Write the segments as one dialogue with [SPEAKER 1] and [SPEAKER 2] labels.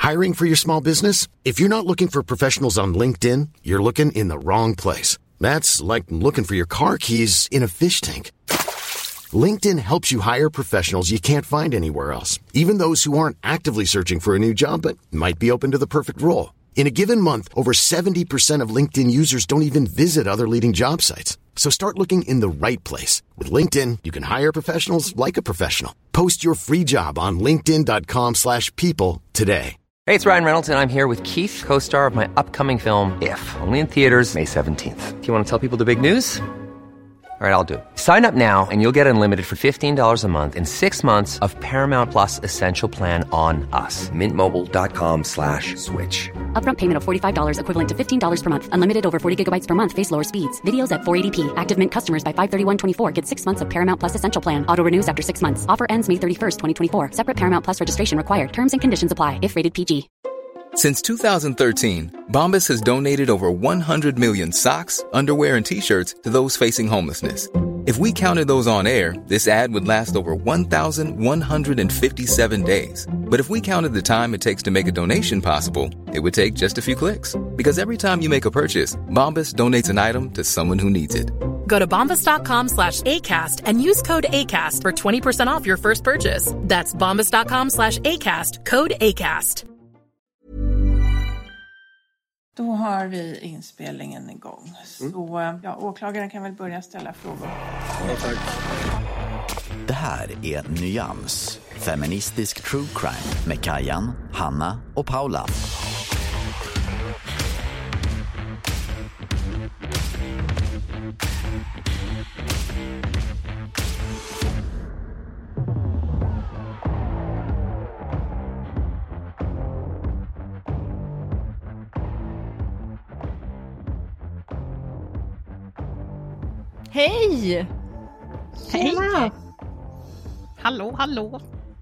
[SPEAKER 1] Hiring for your small business? If you're not looking for professionals on LinkedIn, you're looking in the wrong place. That's like looking for your car keys in a fish tank. LinkedIn helps you hire professionals you can't find anywhere else, even those who aren't actively searching for a new job but might be open to the perfect role. In a given month, over 70% of LinkedIn users don't even visit other leading job sites. So start looking in the right place. With LinkedIn, you can hire professionals like a professional. Post your free job on linkedin.com/people today.
[SPEAKER 2] Hey, it's Ryan Reynolds, and I'm here with Keith, co-star of my upcoming film, If, only in theaters May 17th. Do you want to tell people the big news? All right, I'll do it. Sign up now and you'll get unlimited for $15 a month and 6 months of Paramount Plus Essential Plan on us. Mintmobile.com/switch.
[SPEAKER 3] Upfront payment of $45 equivalent to $15 per month. Unlimited over 40 gigabytes per month. Face lower speeds. Videos at 480p. Active Mint customers by 531.24 get 6 months of Paramount Plus Essential Plan. Auto renews after 6 months. Offer ends May 31st, 2024. Separate Paramount Plus registration required. Terms and conditions apply if rated PG.
[SPEAKER 4] Since 2013, Bombas has donated over 100 million socks, underwear, and T-shirts to those facing homelessness. If we counted those on air, this ad would last over 1,157 days. But if we counted the time it takes to make a donation possible, it would take just a few clicks. Because every time you make a purchase, Bombas donates an item to someone who needs it.
[SPEAKER 5] Go to bombas.com/ACAST and use code ACAST for 20% off your first purchase. That's bombas.com/ACAST, code ACAST.
[SPEAKER 6] Då har vi inspelningen igång. Så ja, åklagaren kan väl börja ställa frågor.
[SPEAKER 7] Ja, tack.
[SPEAKER 8] Det här är Nyans, feministisk true crime med Kajan, Hanna och Paula.
[SPEAKER 9] Hej!
[SPEAKER 6] Hej!
[SPEAKER 9] Hallå, hallå!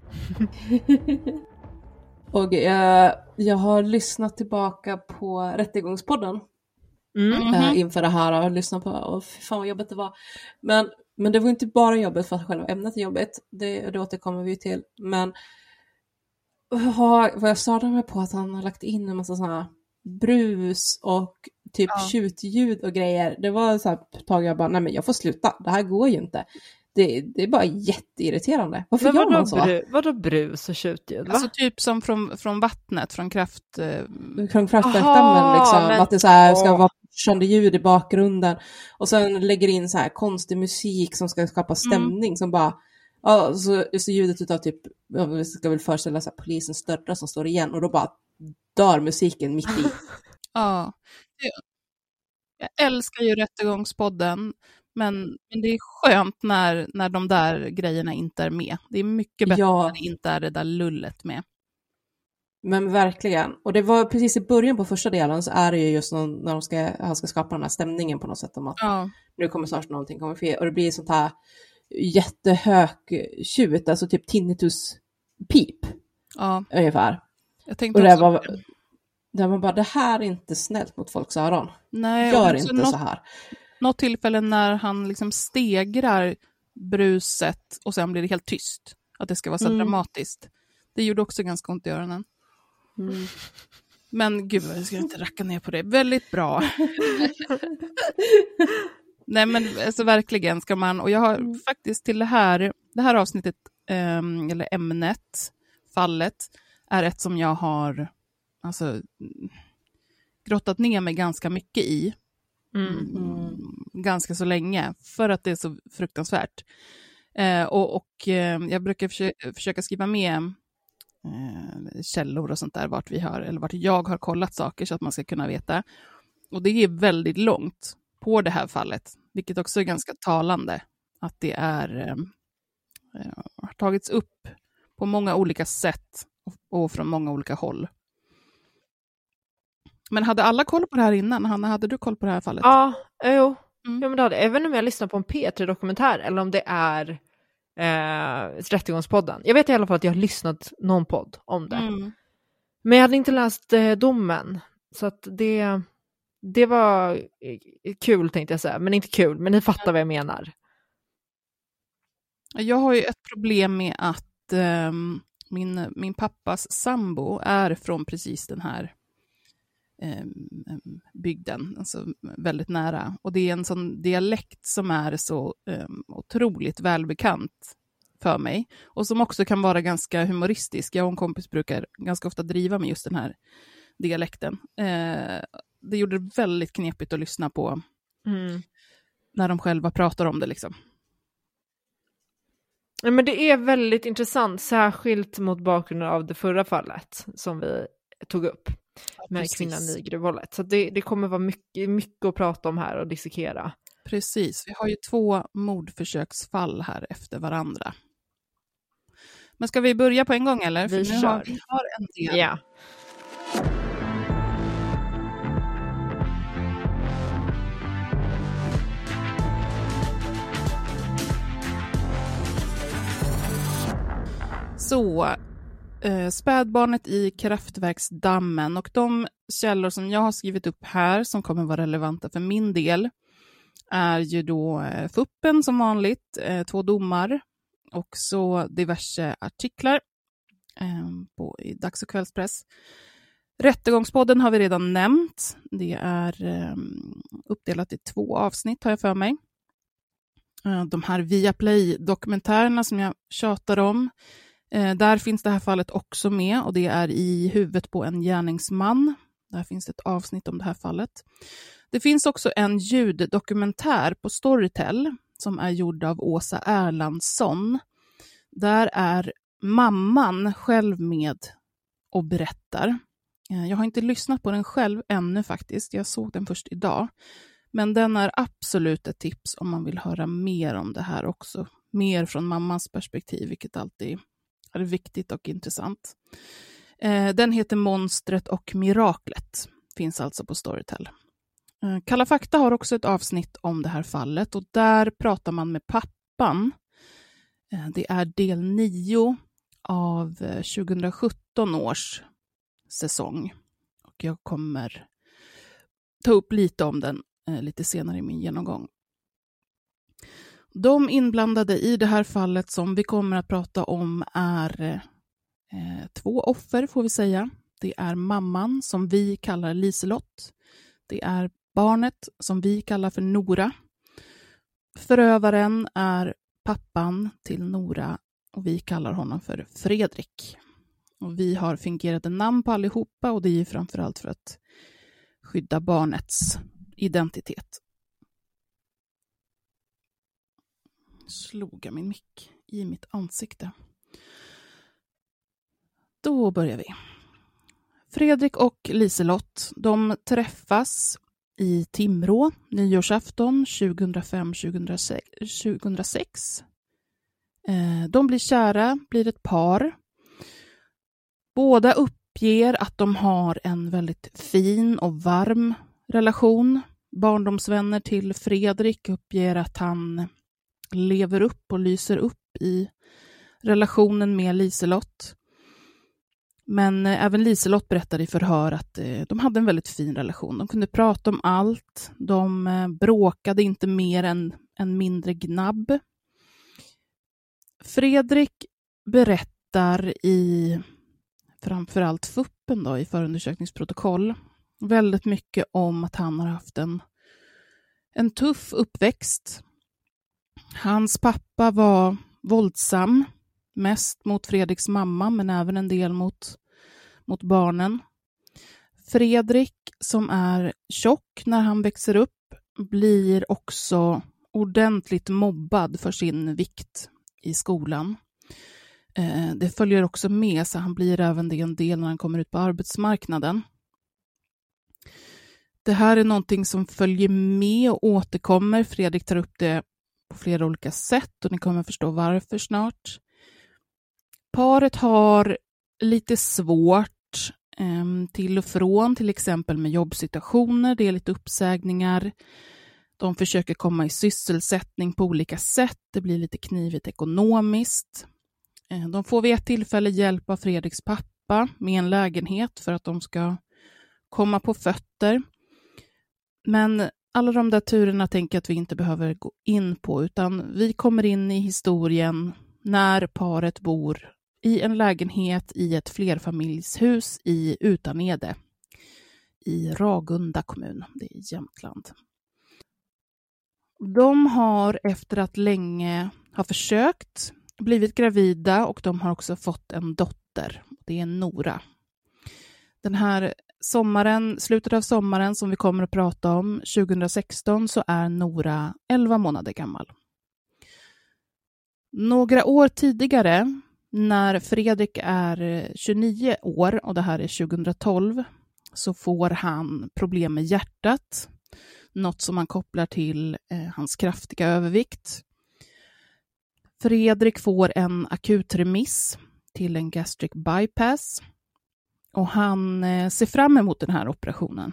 [SPEAKER 10] Och jag har lyssnat tillbaka på Rättegångspodden inför det här och lyssnat på, och fan vad jobbigt det var. Men det var inte bara jobbigt för att själva ämnet är jobbigt, det återkommer vi till. Men vad jag störde mig på att han har lagt in en massa sådana brus och typ tjutljud och grejer. Det var så här tag jag bara, nej men jag får sluta, det här går ju inte. Det är bara jätteirriterande. Varför gör man så?
[SPEAKER 9] Vadå brus och tjutljud?
[SPEAKER 6] Alltså typ som från vattnet, från
[SPEAKER 10] kraftverksdammen liksom. Men... Att det så här ska vara pushande ljud i bakgrunden. Och sen lägger in så här konstig musik som ska skapa stämning som bara... Ja, så ljudet utav typ, jag ska väl föreställa sig polisens dörrar som står igen och då bara dör musiken mitt i.
[SPEAKER 6] Ja. Jag älskar ju Rättegångspodden, men det är skönt när de där grejerna inte är med. Det är mycket bättre när det inte är det där lullet med.
[SPEAKER 10] Men verkligen. Och det var precis i början på första delen så är det ju just när han ska skapa den här stämningen på något sätt om att nu kommer snart någonting kommer fel. Och det blir sånt här jättehög tjut, alltså typ tinnitus pip. Ja. Ungefär.
[SPEAKER 6] Jag tänkte
[SPEAKER 10] och det var bara, det här är inte snällt mot folks öron.
[SPEAKER 6] Nej,
[SPEAKER 10] gör inte så här.
[SPEAKER 6] Något tillfälle när han liksom stegrar bruset och sen blir det helt tyst. Att det ska vara så dramatiskt. Det gjorde också ganska ont i öronen. Men gud, jag ska inte racka ner på det. Väldigt bra. Nej men alltså verkligen ska man, och jag har faktiskt till det här avsnittet eller ämnet, fallet, är ett som jag har alltså grottat ner mig ganska mycket i. Ganska så länge, för att det är så fruktansvärt. Och jag brukar försöka skriva med källor och sånt där vart jag har kollat saker så att man ska kunna veta. Och det är väldigt långt på det här fallet, vilket också är ganska talande att det är har tagits upp på många olika sätt och från många olika håll. Men hade alla koll på det här innan? Hanna, hade du koll på det här fallet?
[SPEAKER 9] Ja, jo. Ja, men det hade. Även om jag lyssnar på en P3-dokumentär eller om det är Rättegångspodden. Jag vet i alla fall att jag har lyssnat någon podd om det. Men jag hade inte läst domen. Så att det var kul tänkte jag säga. Men inte kul, men ni fattar vad jag menar.
[SPEAKER 6] Jag har ju ett problem med att Min pappas sambo är från precis den här bygden, alltså väldigt nära. Och det är en sån dialekt som är så otroligt välbekant för mig. Och som också kan vara ganska humoristisk. Jag och en kompis brukar ganska ofta driva med just den här dialekten. Det gjorde det väldigt knepigt att lyssna på när de själva pratar om det liksom.
[SPEAKER 9] Ja, men det är väldigt intressant, särskilt mot bakgrund av det förra fallet som vi tog upp med precis. Kvinnan i gruvhålet. Så det kommer vara mycket att prata om här och dissekera.
[SPEAKER 6] Precis, vi har ju 2 mordförsöksfall här efter varandra. Men ska vi börja på en gång eller?
[SPEAKER 9] Vi kör.
[SPEAKER 6] Vi har en del.
[SPEAKER 9] Ja.
[SPEAKER 6] Så, spädbarnet i kraftverksdammen, och de källor som jag har skrivit upp här som kommer vara relevanta för min del är ju då Fuppen som vanligt, 2 domar och så diverse artiklar i dags- och kvällspress. Rättegångspodden har vi redan nämnt. Det är uppdelat i 2 avsnitt har jag för mig. De här Viaplay-dokumentärerna som jag tjatar om, där finns det här fallet också med, och det är I huvudet på en gärningsman. Där finns ett avsnitt om det här fallet. Det finns också en ljuddokumentär på Storytel som är gjord av Åsa Erlandsson. Där är mamman själv med och berättar. Jag har inte lyssnat på den själv ännu faktiskt. Jag såg den först idag. Men den är absolut ett tips om man vill höra mer om det här också. Mer från mammans perspektiv, vilket alltid är viktigt och intressant. Den heter Monstret och miraklet. Finns alltså på Storytel. Kalla fakta har också ett avsnitt om det här fallet. Och där pratar man med pappan. Det är del 9 av 2017 års säsong. Och jag kommer ta upp lite om den lite senare i min genomgång. De inblandade i det här fallet som vi kommer att prata om är 2 offer får vi säga. Det är mamman som vi kallar Liselott. Det är barnet som vi kallar för Nora. Förövaren är pappan till Nora och vi kallar honom för Fredrik. Och vi har fingerade namn på allihopa och det är ju framförallt för att skydda barnets identitet. Slog jag min mick i mitt ansikte. Då börjar vi. Fredrik och Liselott, de träffas i Timrå nyårsafton 2005-2006. De blir kära, blir ett par. Båda uppger att de har en väldigt fin och varm relation. Barndomsvänner till Fredrik uppger att han lever upp och lyser upp i relationen med Liselott. Men även Liselott berättade i förhör att de hade en väldigt fin relation. De kunde prata om allt. De bråkade inte mer än en mindre gnabb. Fredrik berättar i framförallt Fuppen då, i förundersökningsprotokoll väldigt mycket om att han har haft en tuff uppväxt. Hans pappa var våldsam, mest mot Fredriks mamma men även en del mot barnen. Fredrik, som är tjock när han växer upp, blir också ordentligt mobbad för sin vikt i skolan. Det följer också med, så han blir även det en del när han kommer ut på arbetsmarknaden. Det här är någonting som följer med och återkommer. Fredrik tar upp det på flera olika sätt och ni kommer förstå varför snart. Paret har lite svårt till och från, till exempel med jobbsituationer. Det är lite uppsägningar. De försöker komma i sysselsättning på olika sätt. Det blir lite knivigt ekonomiskt. De får vid ett tillfälle hjälp av Fredriks pappa med en lägenhet för att de ska komma på fötter. Men alla de där turerna tänker jag att vi inte behöver gå in på, utan vi kommer in i historien när paret bor i en lägenhet i ett flerfamiljshus i Utanede i Ragunda kommun, det är i Jämtland. De har efter att länge ha försökt blivit gravida och de har också fått en dotter. Det är Nora. Den här sommaren, slutet av sommaren som vi kommer att prata om 2016, så är Nora 11 månader gammal. Några år tidigare, när Fredrik är 29 år och det här är 2012, så får han problem med hjärtat. Något som man kopplar till hans kraftiga övervikt. Fredrik får en akutremiss till en gastric bypass. Och han ser fram emot den här operationen.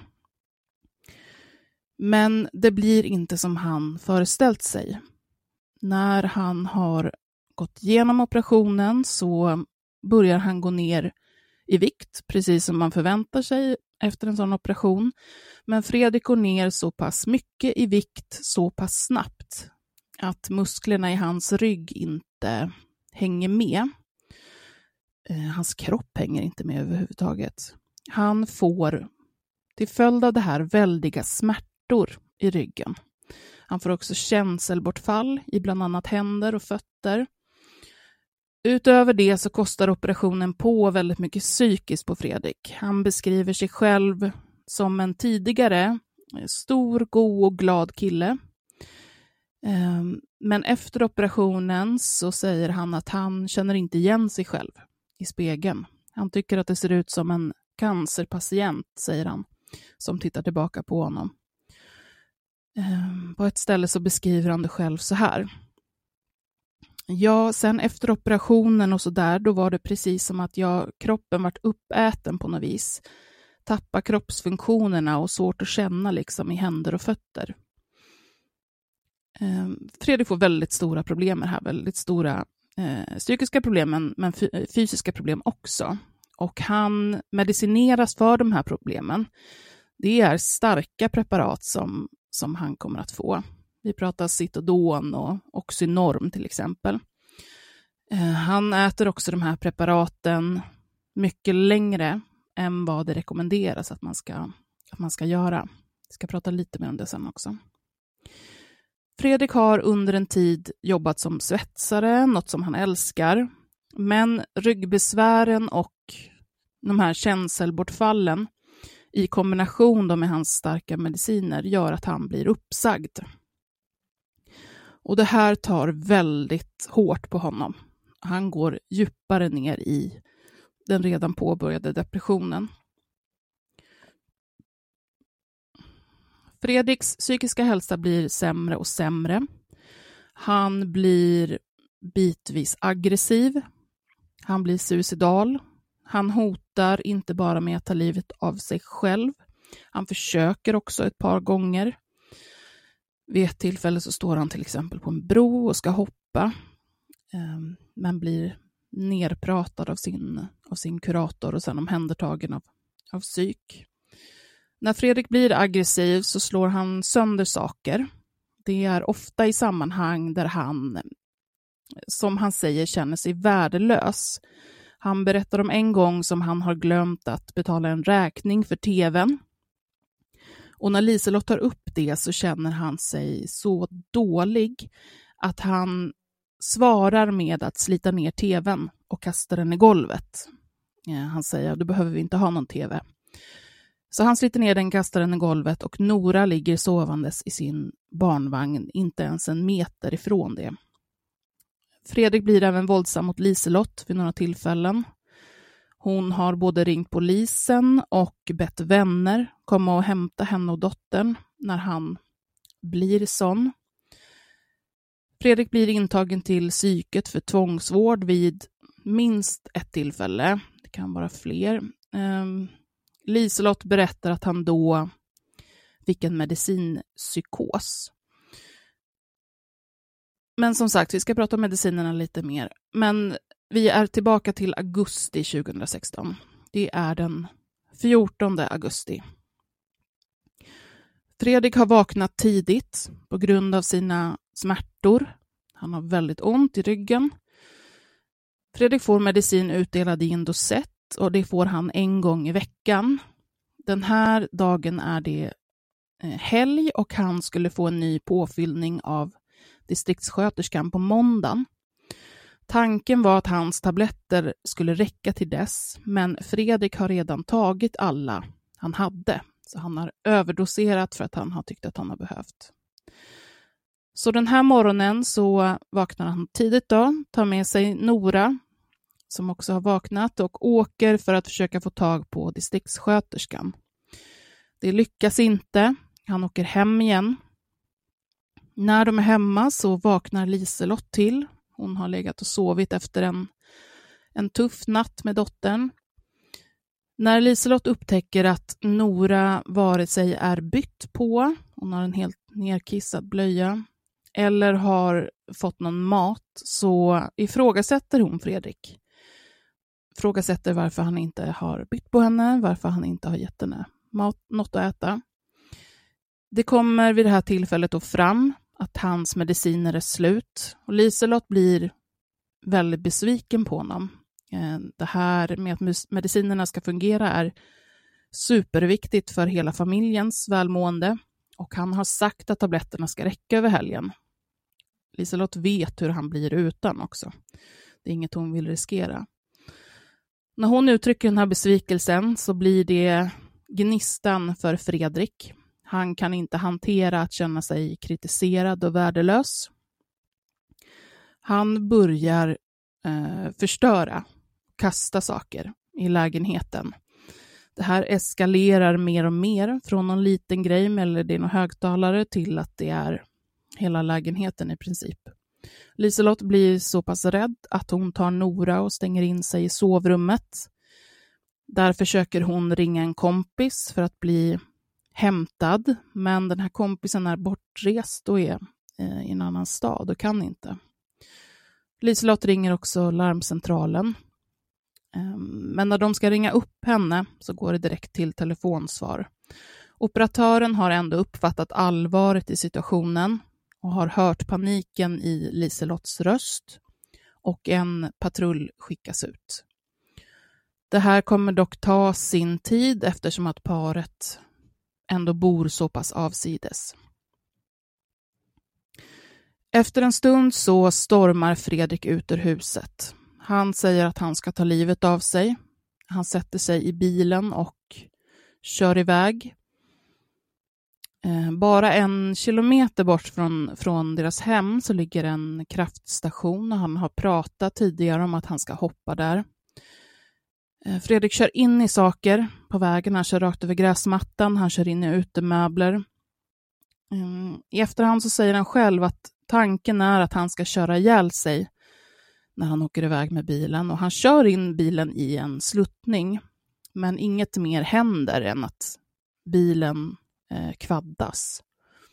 [SPEAKER 6] Men det blir inte som han föreställt sig. När han har gått igenom operationen så börjar han gå ner i vikt, precis som man förväntar sig efter en sån operation. Men Fredrik går ner så pass mycket i vikt så pass snabbt att musklerna i hans rygg inte hänger med. Hans kropp hänger inte med överhuvudtaget. Han får till följd av det här väldiga smärtor i ryggen. Han får också känselbortfall i bland annat händer och fötter. Utöver det så kostar operationen på väldigt mycket psykiskt på Fredrik. Han beskriver sig själv som en tidigare stor, god och glad kille. Men efter operationen så säger han att han känner inte igen sig själv i spegeln. Han tycker att det ser ut som en cancerpatient, säger han, som tittar tillbaka på honom. På ett ställe så beskriver han det själv så här. Ja, sen efter operationen och så där, då var det precis som att kroppen vart uppäten på något vis. Tappa kroppsfunktionerna och svårt att känna liksom i händer och fötter. Fredrik får väldigt stora problem här, väldigt stora psykiska problem men fysiska problem också. Och han medicineras för de här problemen. Det är starka preparat som han kommer att få. Vi pratar Citodon och Oxynorm till exempel. Han äter också de här preparaten mycket längre än vad det rekommenderas att man ska göra. Jag ska prata lite mer om det sen också. Fredrik har under en tid jobbat som svetsare, något som han älskar. Men ryggbesvären och de här känselbortfallen i kombination med hans starka mediciner gör att han blir uppsagd. Och det här tar väldigt hårt på honom. Han går djupare ner i den redan påbörjade depressionen. Fredriks psykiska hälsa blir sämre och sämre. Han blir bitvis aggressiv. Han blir suicidal. Han hotar inte bara med att ta livet av sig själv. Han försöker också ett par gånger. Vid ett tillfälle så står han till exempel på en bro och ska hoppa. Men blir nerpratad av sin kurator och sen omhändertagen av psyk. När Fredrik blir aggressiv så slår han sönder saker. Det är ofta i sammanhang där han, som han säger, känner sig värdelös. Han berättar om en gång som han har glömt att betala en räkning för tvn. Och när Liselott tar upp det så känner han sig så dålig att han svarar med att slita ner tvn och kasta den i golvet. Han säger, då behöver vi inte ha någon tv. Så han sliter ner den, kastar den i golvet och Nora ligger sovandes i sin barnvagn, inte ens en meter ifrån det. Fredrik blir även våldsam mot Liselott vid några tillfällen. Hon har både ringt polisen och bett vänner komma och hämta henne och dottern när han blir sån. Fredrik blir intagen till psyket för tvångsvård vid minst ett tillfälle. Det kan vara fler. Liselott berättar att han då fick en medicinpsykos. Men som sagt, vi ska prata om medicinerna lite mer. Men vi är tillbaka till augusti 2016. Det är den 14 augusti. Fredrik har vaknat tidigt på grund av sina smärtor. Han har väldigt ont i ryggen. Fredrik får medicin utdelad i en dosett och det får han en gång i veckan. Den här dagen är det helg och han skulle få en ny påfyllning av distriktssköterskan på måndagen. Tanken var att hans tabletter skulle räcka till dess, men Fredrik har redan tagit alla han hade. Så han har överdoserat för att han har tyckt att han har behövt. Så den här morgonen så vaknar han tidigt då, tar med sig Nora som också har vaknat och åker för att försöka få tag på distriktssköterskan. Det lyckas inte. Han åker hem igen. När de är hemma så vaknar Liselott till. Hon har legat och sovit efter en tuff natt med dottern. När Liselott upptäcker att Nora vare sig är bytt på, hon har en helt nerkissad blöja, eller har fått någon mat, så ifrågasätter hon Fredrik. Ifrågasätter varför han inte har bytt på henne, varför han inte har gett henne något att äta. Det kommer vid det här tillfället då fram att hans mediciner är slut. Och Liselott blir väldigt besviken på honom. Det här med att medicinerna ska fungera är superviktigt för hela familjens välmående. Och han har sagt att tabletterna ska räcka över helgen. Liselott vet hur han blir utan också. Det är inget hon vill riskera. När hon uttrycker den här besvikelsen så blir det gnistan för Fredrik. Han kan inte hantera att känna sig kritiserad och värdelös. Han börjar förstöra, kasta saker i lägenheten. Det här eskalerar mer och mer från någon liten grej med det är någon högtalare till att det är hela lägenheten i princip. Liselott blir så pass rädd att hon tar Nora och stänger in sig i sovrummet. Där försöker hon ringa en kompis för att bli hämtad, men den här kompisen är bortrest och är i en annan stad och kan inte. Liselott ringer också larmcentralen. Men när de ska ringa upp henne så går det direkt till telefonsvar. Operatören har ändå uppfattat allvaret i situationen och har hört paniken i Liselotts röst och en patrull skickas ut. Det här kommer dock ta sin tid eftersom att paret ändå bor så pass avsides. Efter en stund så stormar Fredrik ut ur huset. Han säger att han ska ta livet av sig. Han sätter sig i bilen och kör iväg. Bara 1 kilometer bort från deras hem så ligger en kraftstation och han har pratat tidigare om att han ska hoppa där. Fredrik kör in i saker på vägen. Han kör rakt över gräsmattan. Han kör in i utemöbler. I efterhand så säger han själv att tanken är att han ska köra ihjäl sig när han åker iväg med bilen. Och han kör in bilen i en sluttning. Men inget mer händer än att bilen kvaddas.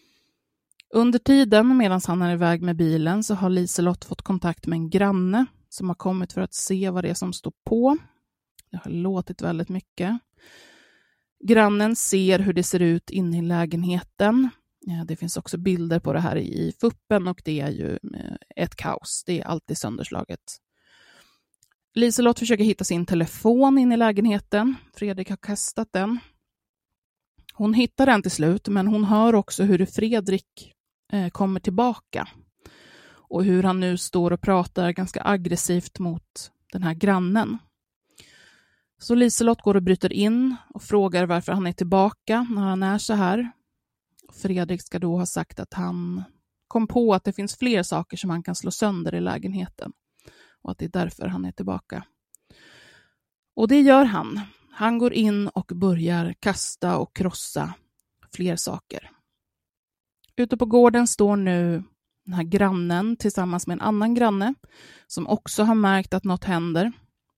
[SPEAKER 6] Under tiden medan han är iväg med bilen så har Liselott fått kontakt med en granne som har kommit för att se vad det är som står på. Det har låtit väldigt mycket. Grannen ser hur det ser ut inne i lägenheten. Det finns också bilder på det här i fuppen och det är ju ett kaos. Det är alltid sönderslaget. Liselott försöker hitta sin telefon in i lägenheten. Fredrik har kastat den. Hon hittar den till slut, men hon hör också hur Fredrik kommer tillbaka. Och hur han nu står och pratar ganska aggressivt mot den här grannen. Så Liselott går och bryter in och frågar varför han är tillbaka när han är så här. Fredrik ska då ha sagt att han kom på att det finns fler saker som han kan slå sönder i lägenheten. Och att det är därför han är tillbaka. Och det gör han. Han går in och börjar kasta och krossa fler saker. Ute på gården står nu den här grannen tillsammans med en annan granne som också har märkt att något händer.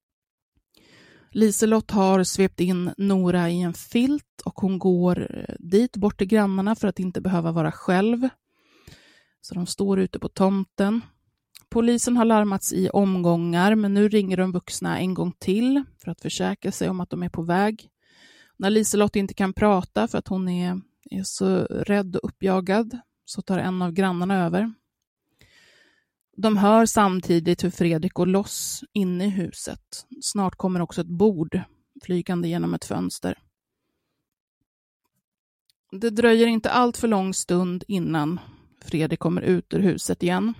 [SPEAKER 6] Liselott har svept in Nora i en filt och hon går dit bort till grannarna för att inte behöva vara själv. Så de står ute på tomten. Polisen har larmats i omgångar men nu ringer de vuxna en gång till för att försäkra sig om att de är på väg. När Liselott inte kan prata för att hon är så rädd och uppjagad så tar en av grannarna över. De hör samtidigt hur Fredrik går loss inne i huset. Snart kommer också ett bord flygande genom ett fönster. Det dröjer inte allt för lång stund innan Fredrik kommer ut ur huset igen.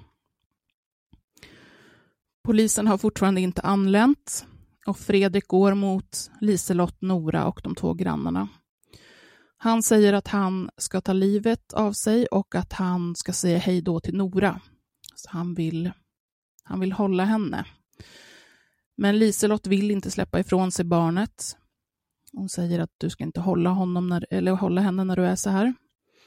[SPEAKER 6] Polisen har fortfarande inte anlänt och Fredrik går mot Liselott, Nora och de 2 grannarna. Han säger att han ska ta livet av sig och att han ska säga hej då till Nora. Så han vill hålla henne. Men Liselott vill inte släppa ifrån sig barnet. Hon säger att du ska inte hålla henne när du är så här.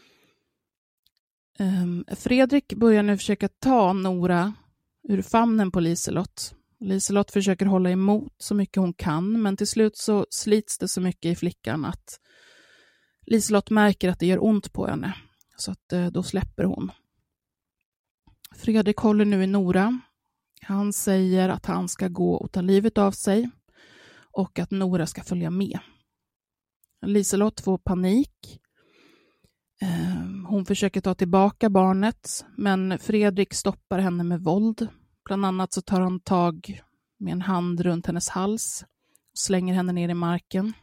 [SPEAKER 6] Fredrik börjar nu försöka ta Nora ur famnen på Liselott. Liselott försöker hålla emot så mycket hon kan, men till slut så slits det så mycket i flickan att Liselott märker att det gör ont på henne. Så att då släpper hon. Fredrik håller nu i Nora. Han säger att han ska gå och ta livet av sig och att Nora ska följa med. Liselott får panik. Hon försöker ta tillbaka barnet, men Fredrik stoppar henne med våld. Bland annat så tar han tag med en hand runt hennes hals och slänger henne ner i marken.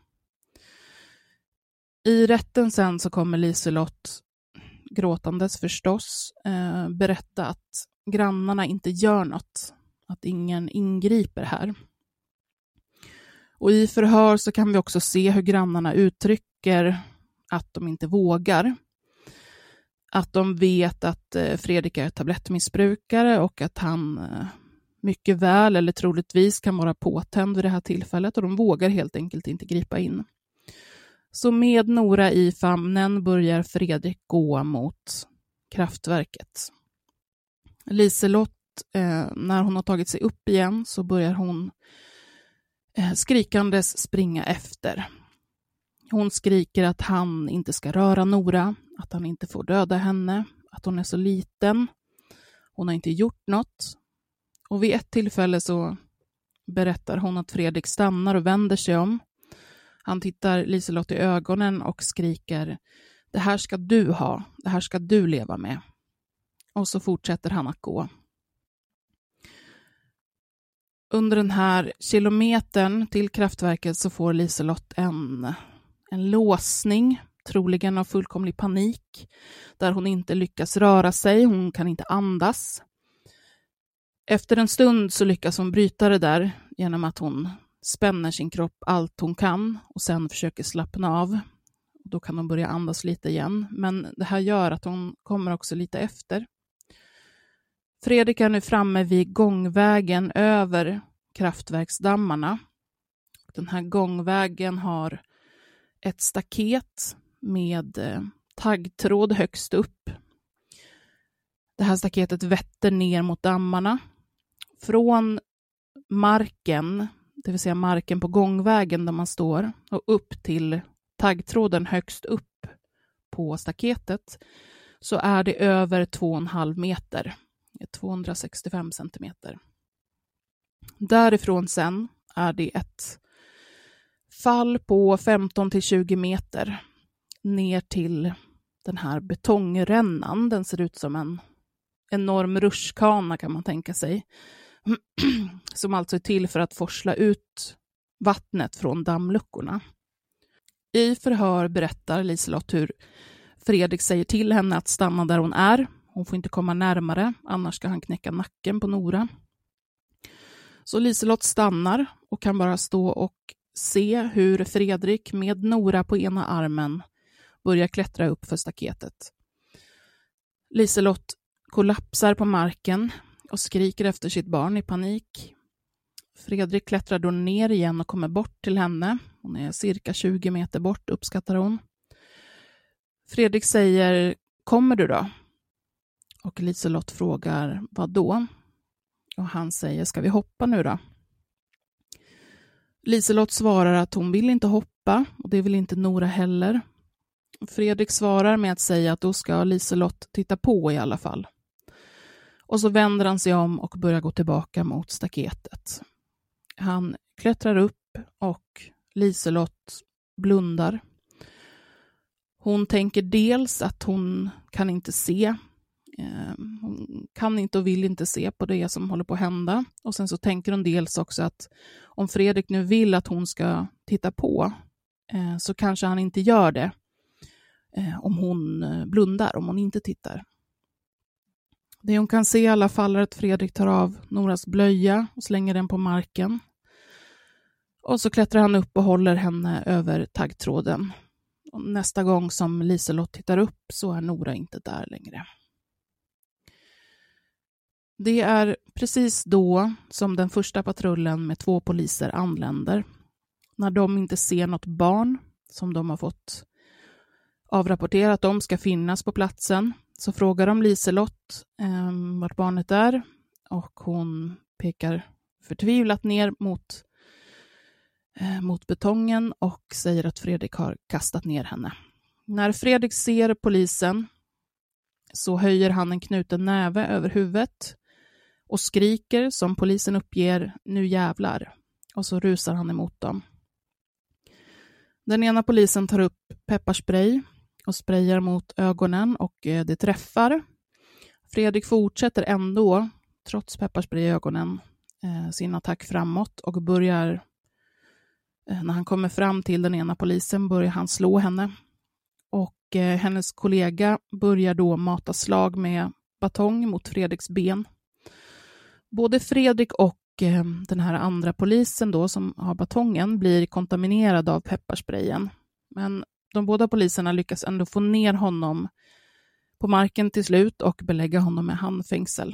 [SPEAKER 6] I rätten sen så kommer Liselott, gråtandes förstås, berätta att grannarna inte gör något, att ingen ingriper här. Och i förhör så kan vi också se hur grannarna uttrycker att de inte vågar. Att de vet att Fredrik är tablettmissbrukare och att han mycket väl eller troligtvis kan vara påtänd vid det här tillfället, och de vågar helt enkelt inte gripa in. Så med Nora i famnen börjar Fredrik gå mot kraftverket. Liselott, när hon har tagit sig upp igen så börjar hon skrikandes springa efter. Hon skriker att han inte ska röra Nora, att han inte får döda henne, att hon är så liten. Hon har inte gjort något. Och vid ett tillfälle så berättar hon att Fredrik stannar och vänder sig om. Han tittar Liselott i ögonen och skriker: det här ska du ha, det här ska du leva med. Och så fortsätter han att gå. Under den här kilometern till kraftverket så får Liselott en låsning, troligen av fullkomlig panik, där hon inte lyckas röra sig, hon kan inte andas. Efter en stund så lyckas hon bryta det där genom att hon spänner sin kropp allt hon kan och sen försöker slappna av. Då kan hon börja andas lite igen, men det här gör att hon kommer också lite efter. Fredrik är nu framme vid gångvägen över kraftverksdammarna. Den här gångvägen har ett staket med taggtråd högst upp. Det här staketet vetter ner mot dammarna. Från marken, det vill säga marken på gångvägen där man står, och upp till taggtråden högst upp på staketet, så är det över 2,5 meter. 265 centimeter. Därifrån sen är det ett fall på 15-20 meter ner till den här betongrännan. Den ser ut som en enorm rutschkana, kan man tänka sig. Som alltså är till för att forsla ut vattnet från dammluckorna. I förhör berättar Liselott hur Fredrik säger till henne att stanna där hon är. Hon får inte komma närmare, annars ska han knäcka nacken på Nora. Så Liselott stannar och kan bara stå och se hur Fredrik med Nora på ena armen börjar klättra upp för staketet. Liselott kollapsar på marken och skriker efter sitt barn i panik. Fredrik klättrar då ner igen och kommer bort till henne. Hon är cirka 20 meter bort, uppskattar hon. Fredrik säger: kommer du då? Och Liselott frågar: vad då? Och han säger: ska vi hoppa nu då? Liselott svarar att hon vill inte hoppa, och det vill inte Nora heller. Fredrik svarar med att säga att då ska Liselott titta på i alla fall. Och så vänder han sig om och börjar gå tillbaka mot staketet. Han klättrar upp och Liselott blundar. Hon tänker dels att hon kan inte se Hon kan inte och vill inte se på det som håller på att hända. Och sen så tänker hon dels också att om Fredrik nu vill att hon ska titta på så kanske han inte gör det om hon blundar, om hon inte tittar. Det hon kan se i alla fall är att Fredrik tar av Noras blöja och slänger den på marken. Och så klättrar han upp och håller henne över taggtråden. Och nästa gång som Liselott tittar upp så är Nora inte där längre. Det är precis då som den första patrullen med 2 poliser anländer. När de inte ser något barn som de har fått avrapporterat att de ska finnas på platsen, så frågar de Liselott vart barnet är, och hon pekar förtvivlat ner mot betongen och säger att Fredrik har kastat ner henne. När Fredrik ser polisen så höjer han en knuten näve över huvudet och skriker, som polisen uppger, nu jävlar. Och så rusar han emot dem. Den ena polisen tar upp pepparspray och sprayar mot ögonen, och det träffar. Fredrik fortsätter ändå, trots pepparspray i ögonen, sin attack framåt och börjar, när han kommer fram till den ena polisen, börjar han slå henne. Och hennes kollega börjar då mata slag med batong mot Fredriks ben. Både Fredrik och den här andra polisen då som har batongen blir kontaminerad av pepparsprayen. Men de båda poliserna lyckas ändå få ner honom på marken till slut och belägga honom med handfängsel.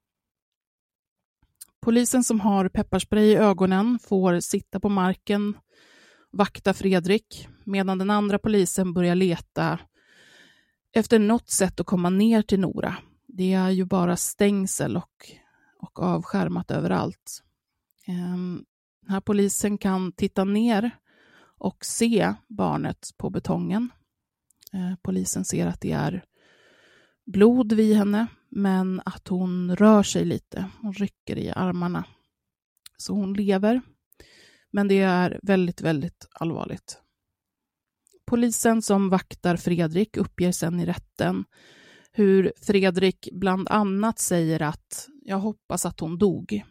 [SPEAKER 6] Polisen som har pepparspray i ögonen får sitta på marken, vakta Fredrik, medan den andra polisen börjar leta efter något sätt att komma ner till Nora. Det är ju bara stängsel och avskärmat överallt. Den här polisen kan titta ner och se barnet på betongen. Polisen ser att det är blod vid henne, men att hon rör sig lite. Hon rycker i armarna. Så hon lever. Men det är väldigt, väldigt allvarligt. Polisen som vaktar Fredrik uppger sen i rätten hur Fredrik bland annat säger att jag hoppas att hon dog.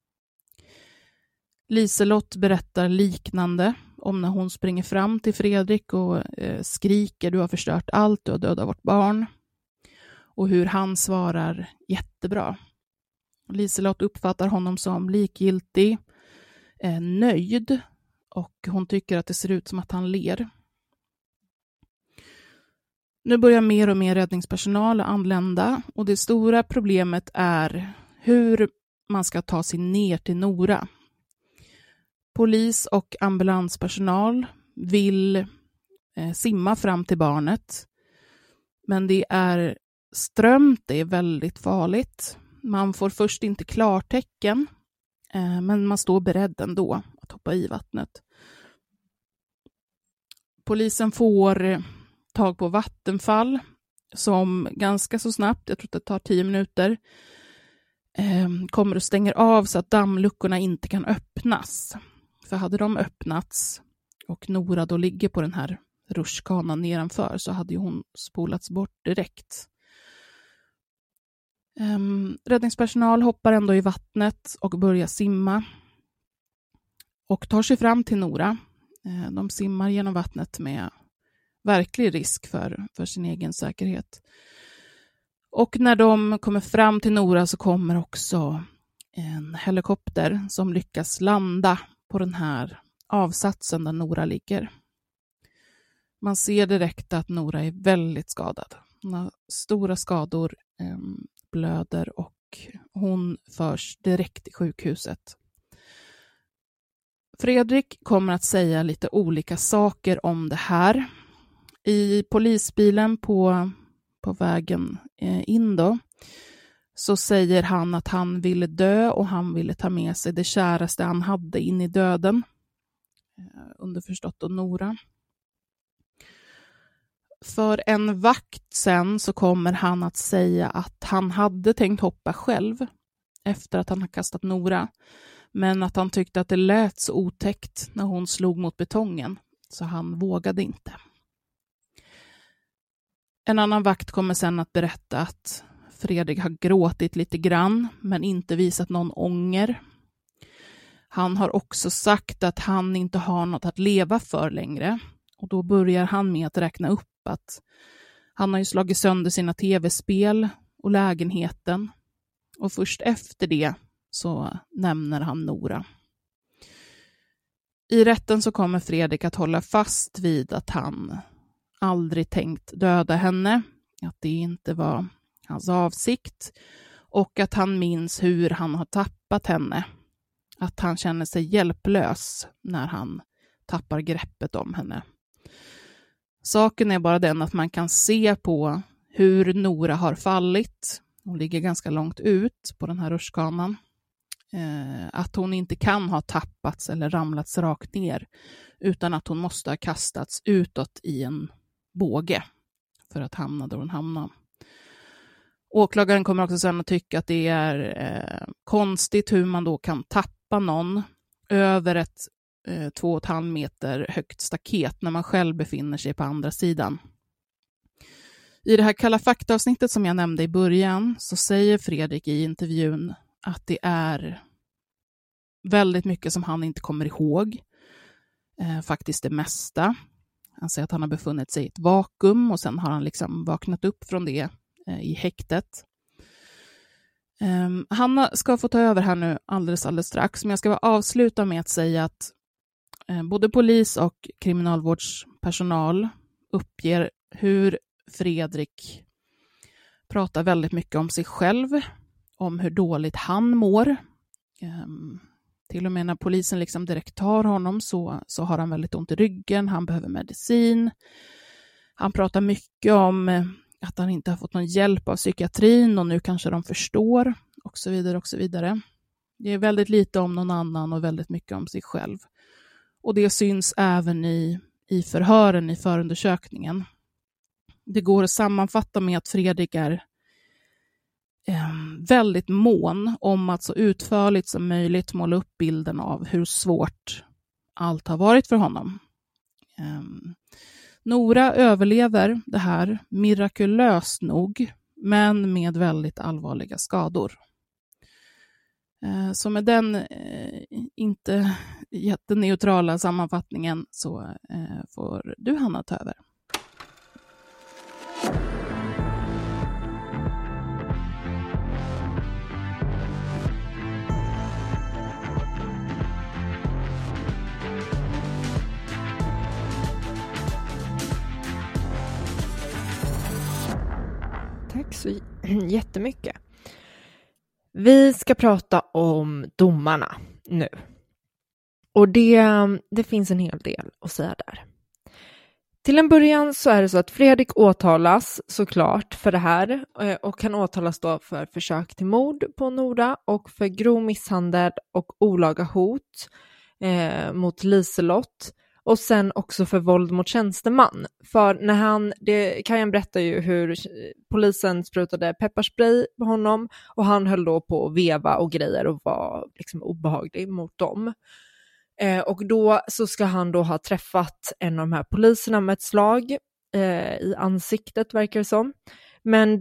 [SPEAKER 6] Liselott berättar liknande om när hon springer fram till Fredrik och skriker, du har förstört allt, du har dödat vårt barn. Och hur han svarar jättebra. Liselott uppfattar honom som likgiltig, nöjd, och hon tycker att det ser ut som att han ler. Nu börjar mer och mer räddningspersonal anlända, och det stora problemet är hur man ska ta sig ner till Nora. Polis och ambulanspersonal vill simma fram till barnet, men det är strömt, det är väldigt farligt. Man får först inte klartecken, men man står beredd ändå att hoppa i vattnet. Polisen får tag på vattenfall som ganska så snabbt, jag tror att det tar 10 minuter, kommer och stänger av så att dammluckorna inte kan öppnas. För hade de öppnats och Nora då ligger på den här rutschkanan nedanför, så hade ju hon spolats bort direkt. Räddningspersonal hoppar ändå i vattnet och börjar simma och tar sig fram till Nora. De simmar genom vattnet med verklig risk för sin egen säkerhet. Och när de kommer fram till Nora så kommer också en helikopter som lyckas landa på den här avsatsen där Nora ligger. Man ser direkt att Nora är väldigt skadad. Hon har stora skador, blöder, och hon förs direkt till sjukhuset. Fredrik kommer att säga lite olika saker om det här. I polisbilen på vägen in då, så säger han att han ville dö och han ville ta med sig det käraste han hade in i döden. Underförstått och Nora. För en vakt sen så kommer han att säga att han hade tänkt hoppa själv efter att han har kastat Nora, men att han tyckte att det lät så otäckt när hon slog mot betongen, så han vågade inte. En annan vakt kommer sen att berätta att Fredrik har gråtit lite grann men inte visat någon ånger. Han har också sagt att han inte har något att leva för längre. Och då börjar han med att räkna upp att han har ju slagit sönder sina tv-spel och lägenheten. Och först efter det så nämner han Nora. I rätten så kommer Fredrik att hålla fast vid att han aldrig tänkt döda henne. Att det inte var hans avsikt. Och att han minns hur han har tappat henne. Att han känner sig hjälplös när han tappar greppet om henne. Saken är bara den att man kan se på hur Nora har fallit. Hon ligger ganska långt ut på den här rutschkanan. Att hon inte kan ha tappats eller ramlats rakt ner. Utan att hon måste ha kastats utåt i en båge. För att hamna där hon hamnar. Åklagaren kommer också sen att tycka att det är konstigt hur man då kan tappa någon över ett 2,5 meter högt staket när man själv befinner sig på andra sidan. I det här Kalla fakta-avsnittet som jag nämnde i början så säger Fredrik i intervjun att det är väldigt mycket som han inte kommer ihåg. Faktiskt det mesta. Han säger att han har befunnit sig i ett vakuum och sen har han liksom vaknat upp från det i häktet. Hanna ska få ta över här nu alldeles strax, men jag ska bara avsluta med att säga att både polis och kriminalvårdspersonal uppger hur Fredrik pratar väldigt mycket om sig själv, om hur dåligt han mår. Till och med när polisen liksom direkt tar honom så har han väldigt ont i ryggen, han behöver medicin. Han pratar mycket om att han inte har fått någon hjälp av psykiatrin och nu kanske de förstår och så vidare och så vidare. Det är väldigt lite om någon annan och väldigt mycket om sig själv. Och det syns även i förhören i förundersökningen. Det går att sammanfatta med att Fredrik är väldigt mån om att så utförligt som möjligt måla upp bilden av hur svårt allt har varit för honom. Nora överlever det här mirakulöst nog, men med väldigt allvarliga skador. Så med den inte jätteneutrala sammanfattningen så får du, Hanna, ta över.
[SPEAKER 9] Tack så jättemycket. Vi ska prata om domarna nu. Och det finns en hel del att säga där. Till en början så är det så att Fredrik åtalas såklart för det här. Och han åtalas då för försök till mord på Nora och för grov misshandel och olaga hot mot Liselott. Och sen också för våld mot tjänsteman. För när Kajan berättar ju hur polisen sprutade pepparspray på honom. Och han höll då på att veva och grejer och var liksom obehaglig mot dem. Och då så ska han då ha träffat en av de här poliserna med ett slag i ansiktet, verkar det som. Men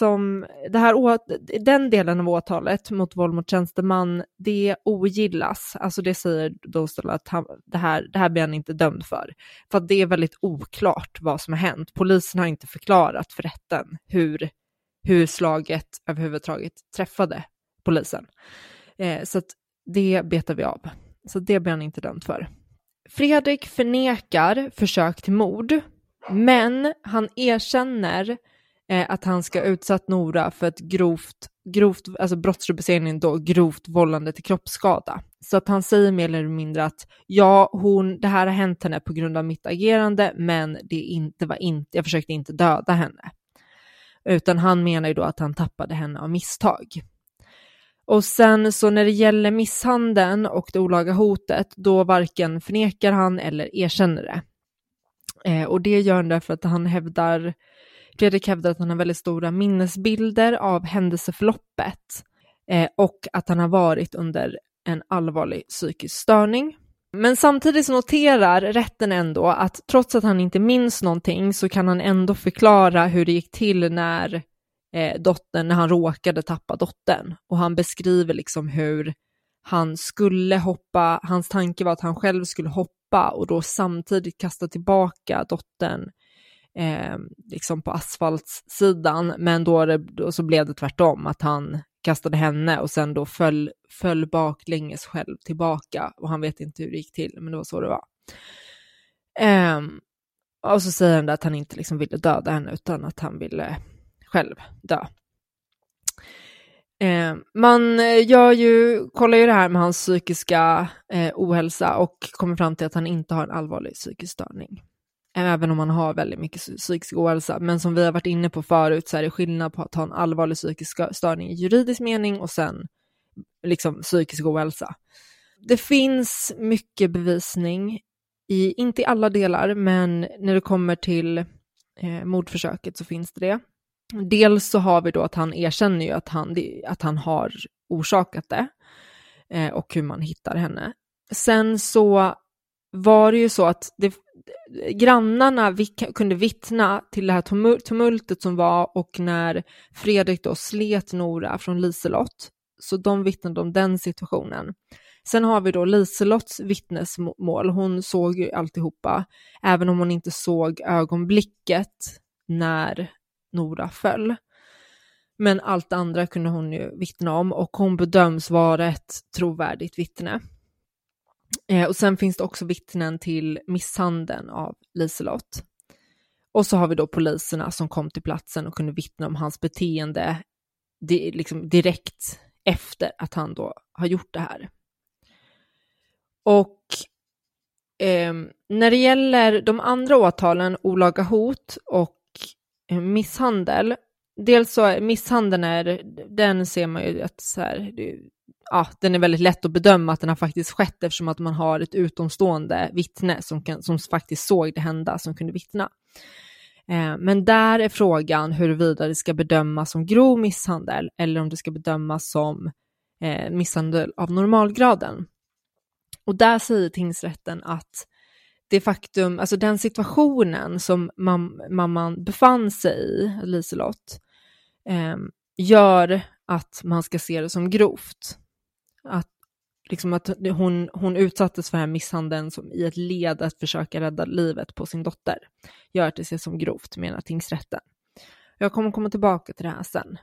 [SPEAKER 9] den delen av åtalet mot våld mot tjänsteman, det ogillas. Alltså det säger domstolen att det här blir han inte dömd för. För att det är väldigt oklart vad som har hänt. Polisen har inte förklarat för rätten hur slaget överhuvudtaget träffade polisen. Så att det betar vi av. Så det blir han inte dömd för. Fredrik förnekar försök till mord. Men han erkänner att han ska utsatt Nora för ett grovt alltså brottsrubriceringen då, grovt vållande till kroppsskada. Så att han säger mer eller mindre att det här har hänt henne på grund av mitt agerande, men jag försökte inte döda henne. Utan han menar ju då att han tappade henne av misstag. Och sen så när det gäller misshandeln och det olaga hotet, då varken förnekar han eller erkänner det. Och det gör han därför att Fredrik hävdar att han har väldigt stora minnesbilder av händelseförloppet och att han har varit under en allvarlig psykisk störning. Men samtidigt så noterar rätten ändå att trots att han inte minns någonting så kan han ändå förklara hur det gick till när dottern när han råkade tappa dottern. Och han beskriver liksom hur han skulle hoppa, hans tanke var att han själv skulle hoppa och då samtidigt kasta tillbaka dottern liksom på asfaltssidan, men då så blev det tvärtom, att han kastade henne och sen då föll baklänges själv tillbaka, och han vet inte hur det gick till, men det var så det var. Och så säger han att han inte liksom ville döda henne utan att han ville själv dö. Man kollar ju det här med hans psykiska ohälsa och kommer fram till att han inte har en allvarlig psykisk störning. Även om man har väldigt mycket psykisk ohälsa. Men som vi har varit inne på förut så är det skillnad på att ha en allvarlig psykisk störning i juridisk mening och sen liksom psykisk ohälsa. Det finns mycket bevisning, inte i alla delar, men när det kommer till mordförsöket så finns det. Dels så har vi då att han erkänner ju att han har orsakat det och hur man hittar henne. Sen så var det ju så att grannarna kunde vittna till det här tumultet som var, och när Fredrik då slet Nora från Liselott, så de vittnade om den situationen. Sen har vi då Liselotts vittnesmål. Hon såg ju alltihopa, även om hon inte såg ögonblicket när Nora föll. Men allt andra kunde hon ju vittna om, och hon bedöms vara ett trovärdigt vittne. Och sen finns det också vittnen till misshandeln av Liselott. Och så har vi då poliserna som kom till platsen och kunde vittna om hans beteende liksom direkt efter att han då har gjort det här. Och när det gäller de andra åtalen, olaga hot och misshandel, dels så är misshandeln, den ser man ju att så här, den är väldigt lätt att bedöma att den har faktiskt skett, eftersom att man har ett utomstående vittne som faktiskt såg det hända, som kunde vittna. Men där är frågan huruvida det ska bedömas som grov misshandel eller om det ska bedömas som misshandel av normalgraden. Och där säger tingsrätten att det faktum, alltså den situationen som mamman befann sig i, Liselott, gör att man ska se det som grovt. Att hon utsattes för den här misshandeln som i ett led att försöka rädda livet på sin dotter, gör att det ses som grovt, menar tingsrätten. Jag kommer komma tillbaka till det här sen.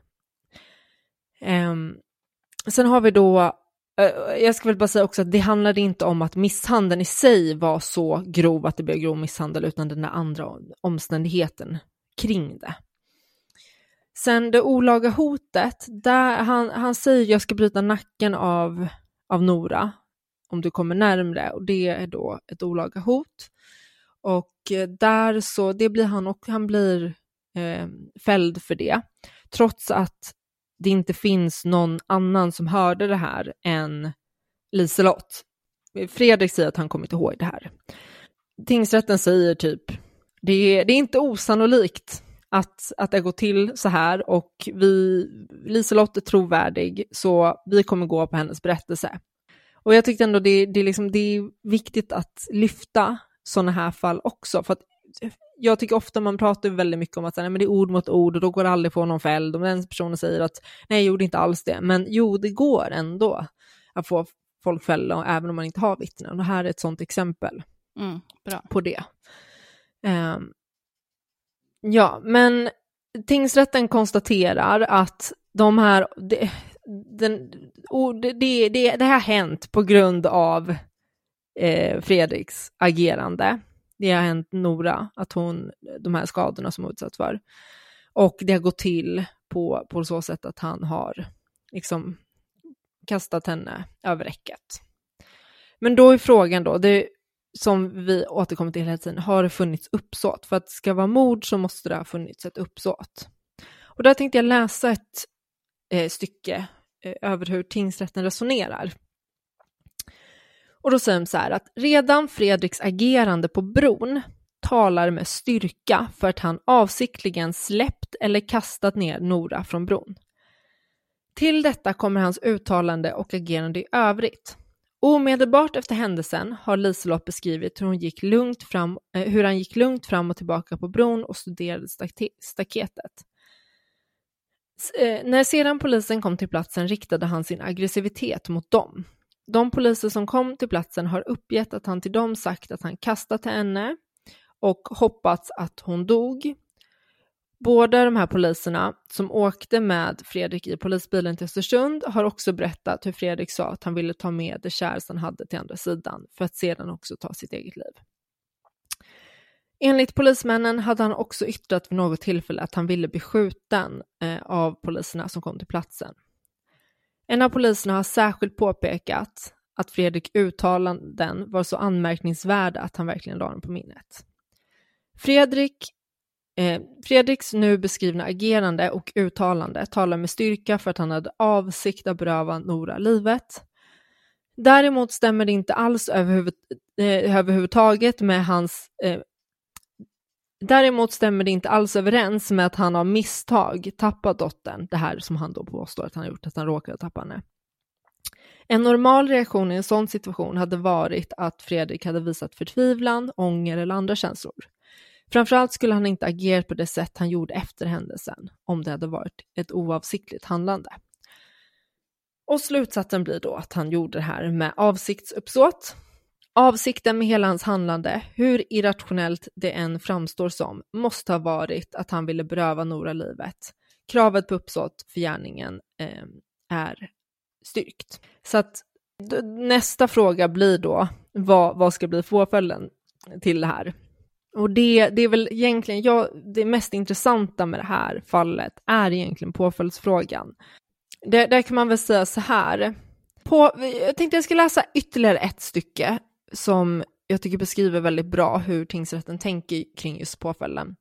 [SPEAKER 9] Sen har vi då, jag ska väl bara säga också att det handlade inte om att misshandeln i sig var så grov att det blev grov misshandel, utan den där andra omständigheten kring det. Sen det olaga hotet, där han säger jag ska bryta nacken av Nora om du kommer närmre, och det är då ett olaga hot. Och där så, det blir han blir fälld för det, trots att det inte finns någon annan som hörde det här än Liselott. Fredrik säger att han kommer inte ihåg det här. Tingsrätten säger typ, det är inte osannolikt att det går till så här, och Liselott är trovärdig, så vi kommer gå på hennes berättelse. Och jag tyckte ändå det är viktigt att lyfta sådana här fall också, för att jag tycker ofta man pratar väldigt mycket om att men det är ord mot ord och då går det aldrig få någon fälld. Om den personen säger att nej, jag gjorde inte alls det, men jo, det går ändå att få folk fällda även om man inte har vittnen. Och det här är ett sånt exempel på det. Ja, men tingsrätten konstaterar att de här det har hänt på grund av Fredriks agerande. Det har hänt Nora, att de här skadorna som hon utsatts för. Och det har gått till på så sätt att han har liksom kastat henne över räcket. Men då är frågan då, det som vi återkommer till hela tiden, har det funnits uppsåt? För att det ska vara mord så måste det ha funnits ett uppsåt. Och där tänkte jag läsa ett stycke över hur tingsrätten resonerar. Och då säger de så här att redan Fredriks agerande på bron talar med styrka för att han avsiktligen släppt eller kastat ner Nora från bron. Till detta kommer hans uttalande och agerande i övrigt. Omedelbart efter händelsen har Liselott beskrivit hur han gick lugnt fram och tillbaka på bron och studerade staketet. När sedan polisen kom till platsen riktade han sin aggressivitet mot dem. De poliser som kom till platsen har uppgett att han till dem sagt att han kastat henne och hoppats att hon dog. Båda de här poliserna som åkte med Fredrik i polisbilen till Östersund har också berättat hur Fredrik sa att han ville ta med det kärl han hade till andra sidan för att sedan också ta sitt eget liv. Enligt polismännen hade han också yttrat vid något tillfälle att han ville bli skjuten av poliserna som kom till platsen. En av poliserna har särskilt påpekat att Fredrik uttalanden var så anmärkningsvärda att han verkligen la dem på minnet. Fredriks nu beskrivna agerande och uttalande talar med styrka för att han hade avsikt att beröva Nora livet. Däremot stämmer det inte alls överhuvudtaget med hans... Däremot stämmer det inte alls överens med att han av misstag tappat dottern. Det här som han då påstår att han har gjort, att han råkade tappa henne. En normal reaktion i en sån situation hade varit att Fredrik hade visat förtvivlan, ånger eller andra känslor. Framförallt skulle han inte agerat på det sätt han gjorde efter händelsen, om det hade varit ett oavsiktligt handlande. Och slutsatsen blir då att han gjorde det här med avsiktsuppsåt. Avsikten med hela hans handlande, hur irrationellt det än framstår som, måste ha varit att han ville beröva Nora livet. Kravet på uppsåt för gärningen är styrkt. Så att nästa fråga blir då, vad ska bli påföljden till det här? Och det är väl egentligen, det mest intressanta med det här fallet är egentligen påföljdsfrågan. Där kan man väl säga så här. Jag tänkte jag ska läsa ytterligare ett stycke som jag tycker beskriver väldigt bra hur tingsrätten tänker kring just påföljden.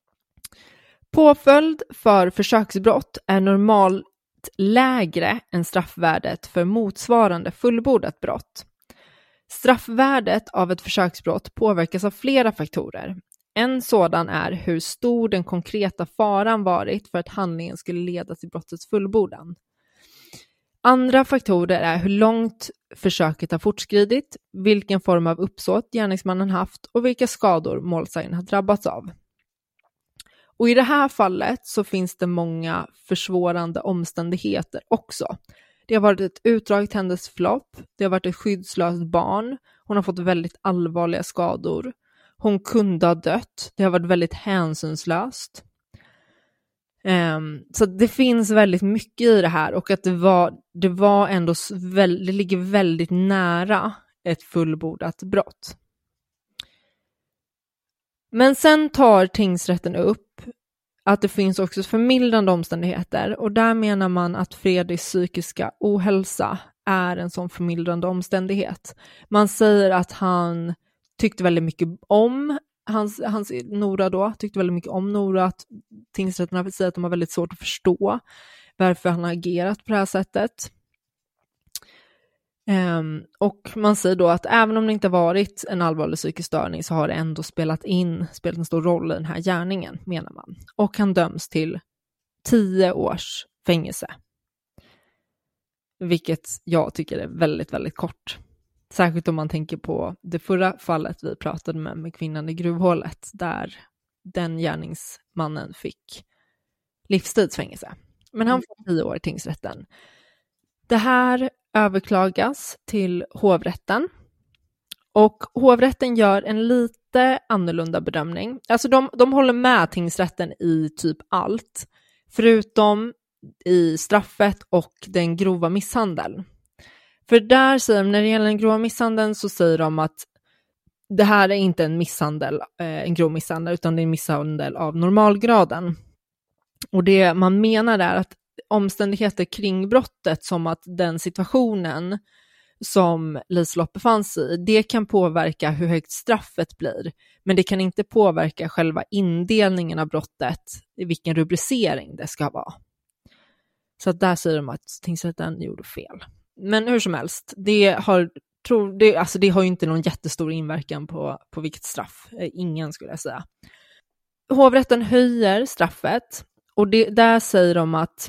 [SPEAKER 9] Påföljd för försöksbrott är normalt lägre än straffvärdet för motsvarande fullbordat brott. Straffvärdet av ett försöksbrott påverkas av flera faktorer. En sådan är hur stor den konkreta faran varit för att handlingen skulle leda till brottets fullbordan. Andra faktorer är hur långt försöket har fortskridit, vilken form av uppsåt gärningsmannen haft och vilka skador målsägaren har drabbats av. Och i det här fallet så finns det många försvårande omständigheter också. Det har varit ett utdraget händelseförlopp, det har varit ett skyddslöst barn, hon har fått väldigt allvarliga skador, hon kunde ha dött, det har varit väldigt hänsynslöst. Så det finns väldigt mycket i det här och att det var ändå det ligger väldigt nära ett fullbordat brott. Men sen tar tingsrätten upp att det finns också förmildrande omständigheter och där menar man att Fredriks psykiska ohälsa är en sån förmildrande omständighet. Man säger att han tyckte väldigt mycket om hans Nora då, tyckte väldigt mycket om Nora, att tingsrätten säger att de har väldigt svårt att förstå varför han har agerat på det här sättet. Och man säger då att även om det inte varit en allvarlig psykisk störning så har det ändå spelat en stor roll i den här gärningen, menar man. Och han döms till 10 års fängelse. Vilket jag tycker är väldigt, väldigt kort. Särskilt om man tänker på det förra fallet vi pratade med kvinnan i gruvhålet, där den gärningsmannen fick livstidsfängelse. Men han får 10 år i tingsrätten. Det här överklagas till hovrätten. Och hovrätten gör en lite annorlunda bedömning. Alltså de håller med tingsrätten i typ allt. Förutom i straffet och den grova misshandeln. För där säger de, när det gäller den grova misshandeln så säger de att det här är inte en grov misshandel utan det är en misshandel av normalgraden. Och det man menar är att omständigheter kring brottet, som att den situationen som Liselott befann sig i, det kan påverka hur högt straffet blir. Men det kan inte påverka själva indelningen av brottet, i vilken rubricering det ska vara. Så att där säger de att tingsrätten gjorde fel. Men hur som helst, det har ju inte någon jättestor inverkan på vilket straff. Ingen skulle jag säga. Hovrätten höjer straffet och där säger de att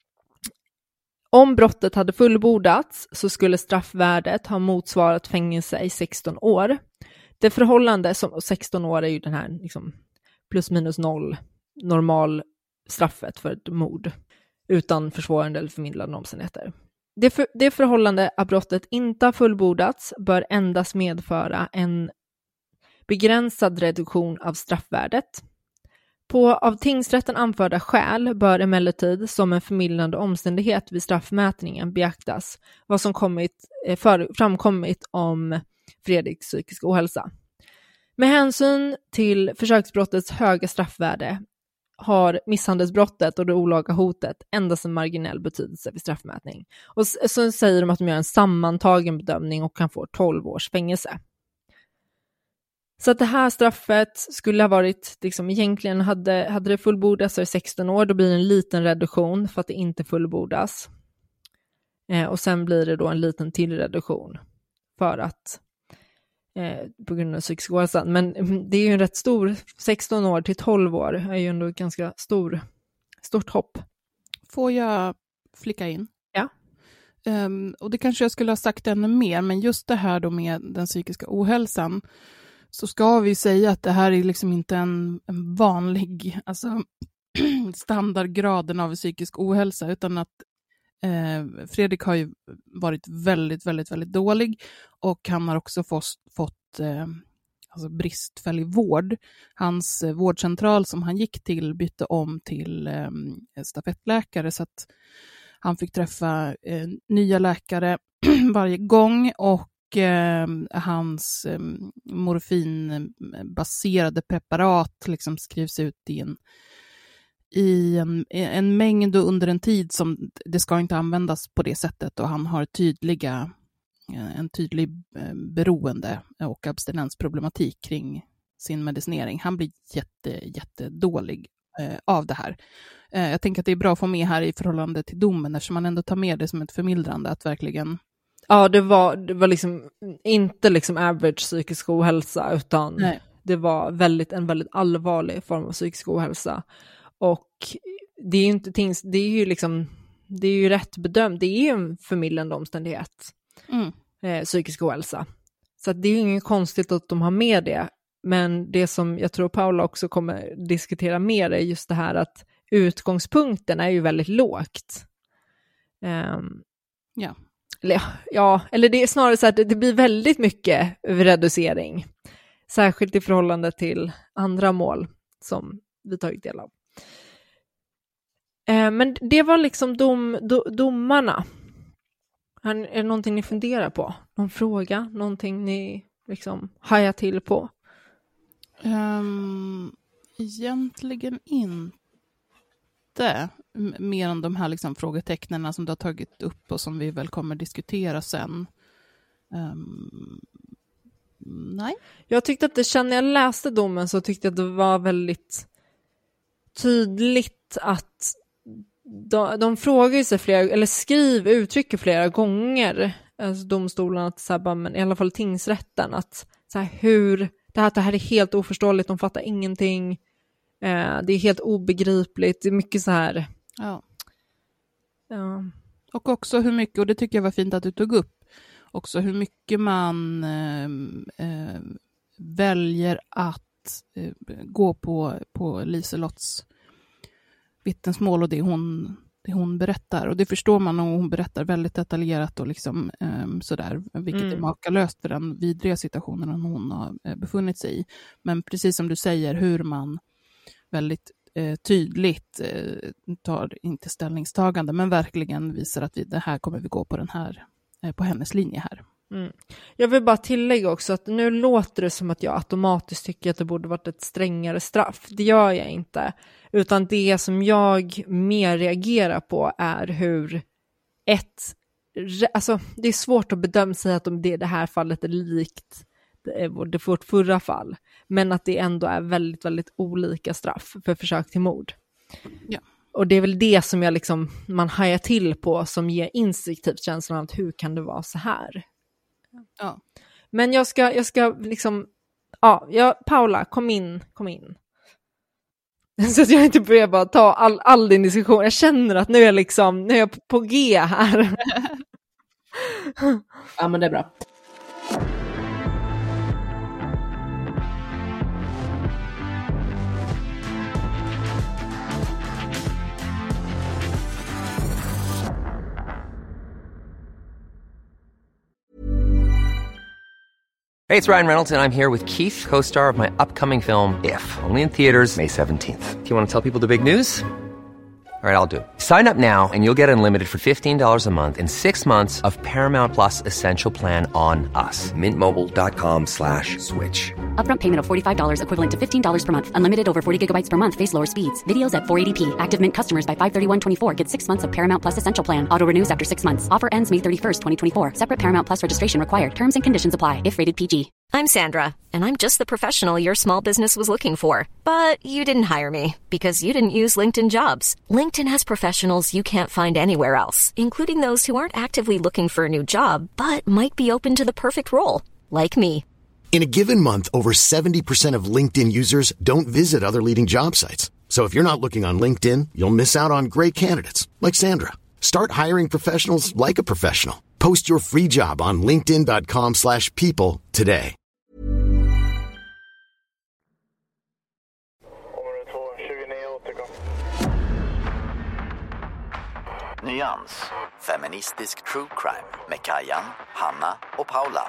[SPEAKER 9] om brottet hade fullbordats så skulle straffvärdet ha motsvarat fängelse i 16 år. Det förhållande som 16 år är ju den här liksom plus minus noll normal straffet för ett mord. utan försvårande eller förmildrande omständigheter. Det förhållande att brottet inte har fullbordats bör endast medföra en begränsad reduktion av straffvärdet. På av tingsrätten anförda skäl bör emellertid som en förmildrande omständighet vid straffmätningen beaktas vad som framkommit om Fredriks psykiska ohälsa. Med hänsyn till försöksbrottets höga straffvärde har misshandelsbrottet och det olaga hotet endast en marginell betydelse vid straffmätning. Och så säger de att de gör en sammantagen bedömning och kan få 12 års fängelse. Så att det här straffet skulle ha varit, liksom, egentligen hade det fullbordats så är 16 år, då blir det en liten reduktion för att det inte fullbordas. Och sen blir det då en liten till reduktion för att på grund av psykisk ohälsa. Men det är ju en rätt stor, 16 år till 12 år är ju ändå ett ganska stort hopp.
[SPEAKER 6] Får jag flicka in?
[SPEAKER 9] Ja.
[SPEAKER 6] Och det kanske jag skulle ha sagt ännu mer, men just det här då med den psykiska ohälsan, så ska vi säga att det här är liksom inte en vanlig, alltså standardgraden av psykisk ohälsa, utan att Fredrik har ju varit väldigt, väldigt, väldigt dålig, och han har också fått alltså bristfällig vård. Hans vårdcentral som han gick till bytte om till stafettläkare, så att han fick träffa nya läkare varje gång, och hans morfinbaserade preparat liksom skrivs ut i en mängd under en tid som det ska inte användas på det sättet, och han har en tydlig beroende och abstinensproblematik kring sin medicinering. Han blir jättedålig av det här. Jag tänker att det är bra att få med här i förhållande till domen, eftersom man ändå tar med det som ett förmildrande, att verkligen...
[SPEAKER 9] Ja, det var liksom inte liksom average psykisk ohälsa, utan nej, det var en väldigt allvarlig form av psykisk ohälsa. Och det är ju inte det är ju liksom, det är ju rätt bedömt, det är ju en förmildrande omständighet, psykisk ohälsa. Så att det är ju inget konstigt att de har med det, men det som jag tror Paula också kommer diskutera mer är just det här att utgångspunkten är ju väldigt lågt. Eller det är snarare så att det blir väldigt mycket reducering, särskilt i förhållande till andra mål som vi tagit del av. Men det var liksom domarna. Är det någonting ni funderar på? Någon fråga? Någonting ni liksom hajar till på?
[SPEAKER 6] Egentligen inte. Mer än de här liksom frågetecknen som du har tagit upp och som vi väl kommer diskutera sen. Nej.
[SPEAKER 9] Jag tyckte att när jag läste domen så tyckte jag att det var väldigt tydligt att de frågar sig uttrycker flera gånger, alltså domstolarna, att så här, men i alla fall tingsrätten, att så här, hur det här är helt oförståeligt, de fattar ingenting, det är helt obegripligt, det är mycket så här.
[SPEAKER 6] Ja. Och också hur mycket, och det tycker jag var fint att du tog upp, också hur mycket man väljer att gå på Liselotts vittnesmål och det hon berättar. Och det förstår man om hon berättar väldigt detaljerat och liksom sådär, vilket är makalöst för den vidriga situationen hon har befunnit sig i. Men precis som du säger, hur man väldigt tydligt tar inte ställningstagande, men verkligen visar att det här kommer vi gå på på hennes linje här.
[SPEAKER 9] Jag vill bara tillägga också att nu låter det som att jag automatiskt tycker att det borde varit ett strängare straff. Det gör jag inte. Utan det som jag mer reagerar på är hur alltså det är svårt att bedöma sig att det här fallet är likt vårt förra fall. Men att det ändå är väldigt, väldigt olika straff för försök till mord. Ja. Och det är väl det som man hajar till på, som ger instinktivt känslan av att hur kan det vara så här?
[SPEAKER 6] Ja.
[SPEAKER 9] Men jag ska liksom, Paula, kom in. Så att jag inte börjar bara ta all din diskussion. Jag känner att nu är jag på G här.
[SPEAKER 10] Ja, men det är bra.
[SPEAKER 2] Hey, it's Ryan Reynolds, and I'm here with Keith, co-star of my upcoming film, If, only in theaters May 17th. Do you want to tell people the big news? All right, I'll do it. Sign up now and you'll get unlimited for $15 a month and 6 months of Paramount Plus Essential Plan on us. MintMobile.com/switch.
[SPEAKER 3] Upfront payment of $45 equivalent to $15 per month. Unlimited over 40 gigabytes per month. Face lower speeds. Videos at 480p. Active Mint customers by 531.24 get 6 months of Paramount Plus Essential Plan. Auto renews after 6 months. Offer ends May 31st, 2024. Separate Paramount Plus registration required. Terms and conditions apply if rated PG.
[SPEAKER 7] I'm Sandra, and I'm just the professional your small business was looking for. But you didn't hire me because you didn't use LinkedIn Jobs. LinkedIn has professionals you can't find anywhere else, including those who aren't actively looking for a new job, but might be open to the perfect role, like me.
[SPEAKER 1] In a given month, over 70% of LinkedIn users don't visit other leading job sites. So if you're not looking on LinkedIn, you'll miss out on great candidates like Sandra. Start hiring professionals like a professional. Post your free job on linkedin.com/people today.
[SPEAKER 8] Nyans, feministisk true crime med Kajan, Hanna och Paula.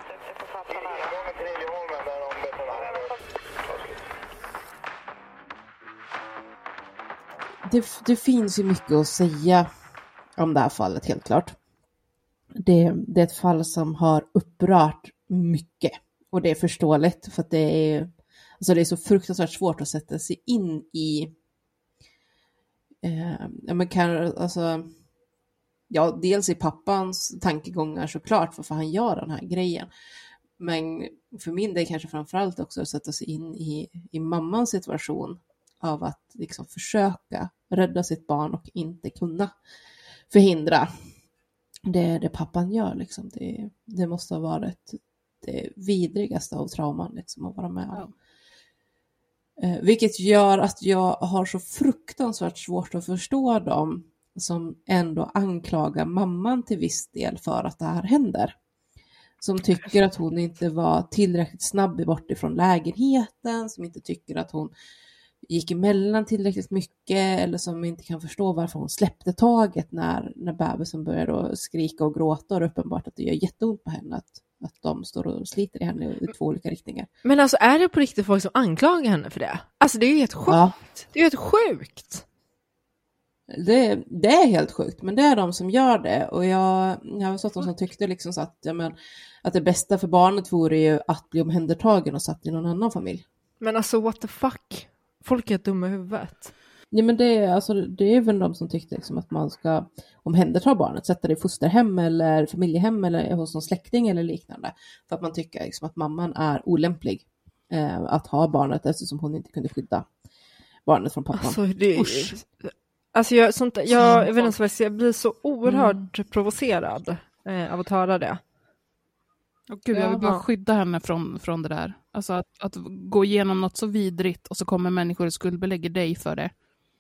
[SPEAKER 10] Det finns ju mycket att säga om det här fallet, helt klart. Det är ett fall som har upprört mycket. Och det är förståeligt, för att det är så fruktansvärt svårt att sätta sig in i dels i pappans tankegångar såklart, för han gör den här grejen. Men för min del kanske framförallt också att sätta sig in i mammans situation av att liksom försöka rädda sitt barn och inte kunna förhindra det pappan gör. Liksom. Det måste ha varit det vidrigaste av trauman liksom, att vara med om. Vilket gör att jag har så fruktansvärt svårt att förstå dem som ändå anklagar mamman till viss del för att det här händer. Som tycker att hon inte var tillräckligt snabb bort ifrån lägenheten, som inte tycker att hon gick emellan tillräckligt mycket, eller som inte kan förstå varför hon släppte taget när bebisen började skrika och gråta, och uppenbart att det gör jätteont på henne att de står och sliter i henne i två olika riktningar.
[SPEAKER 9] Men alltså, är det på riktigt folk som anklagar henne för det? Alltså det är ju helt sjukt. Ja. Det är ju helt sjukt.
[SPEAKER 10] Det är helt sjukt, men det är de som gör det. Och jag har sett de som tyckte liksom så att det bästa för barnet vore ju att bli omhändertagen och satt i någon annan familj.
[SPEAKER 9] Men alltså, what the fuck? Folk är dumma i huvudet.
[SPEAKER 10] Ja, men det är väl de som tyckte liksom att man ska omhänderta barnet, sätta det i fosterhem eller familjehem eller hos någon släkting eller liknande. För att man tycker liksom att mamman är olämplig att ha barnet, eftersom hon inte kunde skydda barnet från pappan.
[SPEAKER 9] Alltså, jag vet inte vad jag blir så oerhört provocerad av att höra det.
[SPEAKER 6] Gud, jag vill bara skydda henne från det där. Alltså att gå igenom något så vidrigt och så kommer människor och skuldbelägger dig för det.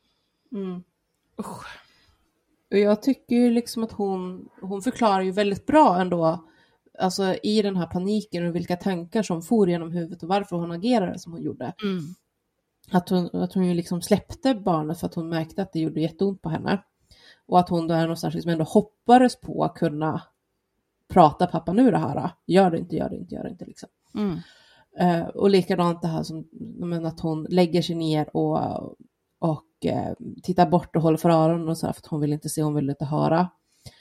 [SPEAKER 10] Usch. Och jag tycker ju liksom att hon förklarar ju väldigt bra ändå, alltså i den här paniken och vilka tankar som for genom huvudet och varför hon agerade som hon gjorde. Att hon ju liksom släppte barnet för att hon märkte att det gjorde jätteont på henne. Och att hon där någonstans liksom ändå hoppades på att kunna prata pappa nu det här. Gör det inte liksom. Och likadant det här som att hon lägger sig ner och tittar bort och håller för öronen och så här, för att hon vill inte se, hon vill inte höra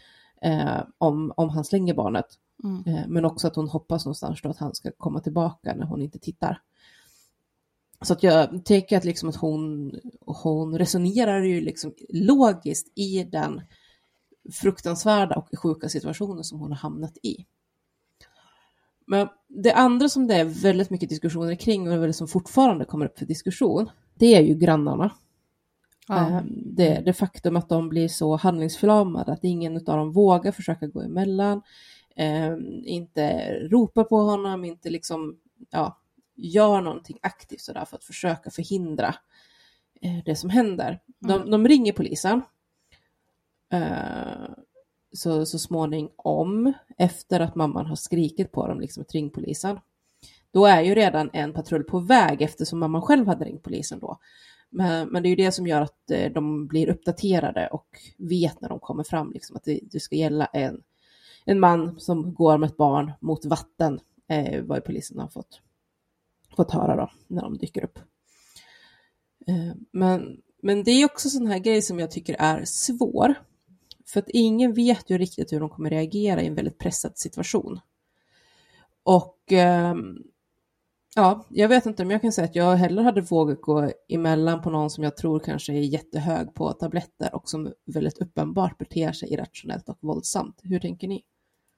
[SPEAKER 10] om han slänger barnet. Men också att hon hoppas någonstans då att han ska komma tillbaka när hon inte tittar. Så att jag tycker att liksom att hon resonerar ju liksom logiskt i den fruktansvärda och sjuka situationen som hon har hamnat i. Men det andra som det är väldigt mycket diskussioner kring och som fortfarande kommer upp för diskussion, det är ju grannarna. Det faktum att de blir så handlingsförlamade att ingen av dem vågar försöka gå emellan, inte ropar på honom, inte liksom gör någonting aktivt sådär för att försöka förhindra det som händer. De ringer polisen. Så småningom, efter att mamman har skrikit på dem liksom att ring polisen, då är ju redan en patrull på väg, eftersom mamman själv hade ringt polisen då. Men det är ju det som gör att de blir uppdaterade och vet när de kommer fram liksom, att det ska gälla en man som går med ett barn mot vatten vad polisen har fått höra då, när de dyker upp. Men det är också sån här grej som jag tycker är svår. För att ingen vet ju riktigt hur de kommer reagera i en väldigt pressad situation. Och ja, jag vet inte om jag kan säga att jag hellre hade vågat gå emellan på någon som jag tror kanske är jättehög på tabletter och som väldigt uppenbart beter sig irrationellt och våldsamt. Hur tänker ni?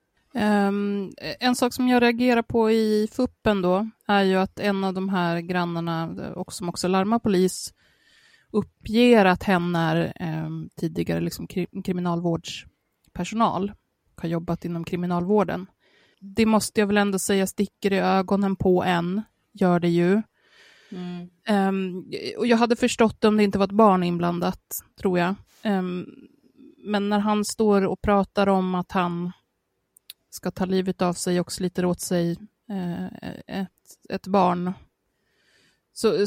[SPEAKER 6] En sak som jag reagerar på i FUPen då är ju att en av de här grannarna, och som också larmar polis, uppger att hen är tidigare liksom kriminalvårdspersonal, har jobbat inom kriminalvården. Det måste jag väl ändå säga sticker i ögonen på en, gör det ju. Och jag hade förstått om det inte var ett barn inblandat, tror jag. Men när han står och pratar om att han ska ta livet av sig och sliter åt sig ett barn. Så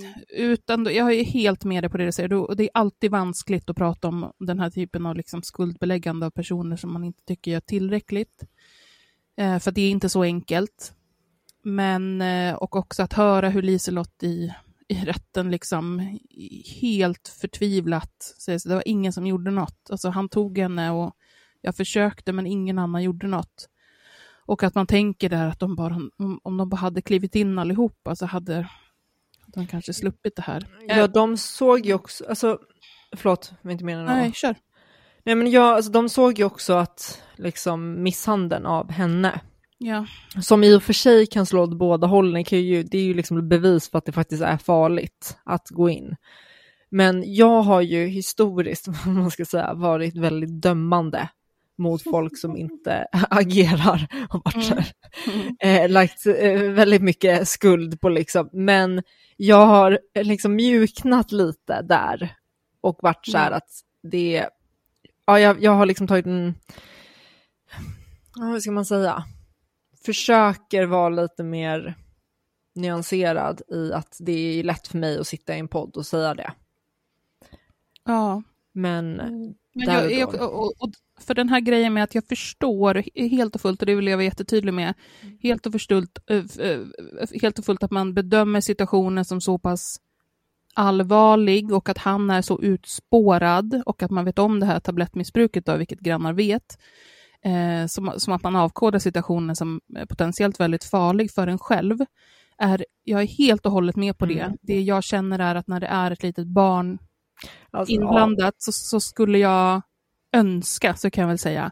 [SPEAKER 6] jag är helt med dig på det du säger. Och det är alltid vanskligt att prata om den här typen av liksom skuldbeläggande av personer som man inte tycker gör tillräckligt. För det är inte så enkelt. Men, och också att höra hur Liselott i rätten liksom helt förtvivlat säger så det var ingen som gjorde något. Alltså han tog henne och jag försökte men ingen annan gjorde något. Och att man tänker där att om de bara hade klivit in allihopa så hade de kanske sluppit det här.
[SPEAKER 9] Ja, de såg ju också, alltså, förlåt, jag inte menar något.
[SPEAKER 6] Nej, kör.
[SPEAKER 9] Nej, men alltså, de såg ju också att liksom misshandeln av henne, som i och för sig kan slå åt båda hållen, det är ju liksom bevis för att det faktiskt är farligt att gå in. Men jag har ju historiskt, man ska säga, varit väldigt dömande mot folk som inte agerar och lagt väldigt mycket skuld på liksom. Men jag har liksom mjuknat lite där och varit så här att det, jag har liksom tagit en, vad ska man säga, försöker vara lite mer nyanserad i att det är lätt för mig att sitta i en podd och säga det. Ja. Men
[SPEAKER 6] och för den här grejen med att jag förstår helt och fullt, och det vill jag vara jättetydlig med, helt och fullt att man bedömer situationen som så pass allvarlig och att han är så utspårad och att man vet om det här tablettmissbruket då, vilket grannar vet, som att man avkodar situationen som potentiellt väldigt farlig för en själv. Jag är helt och hållet med på det. Det jag känner är att när det är ett litet barn inblandat så skulle jag önska, så kan jag väl säga,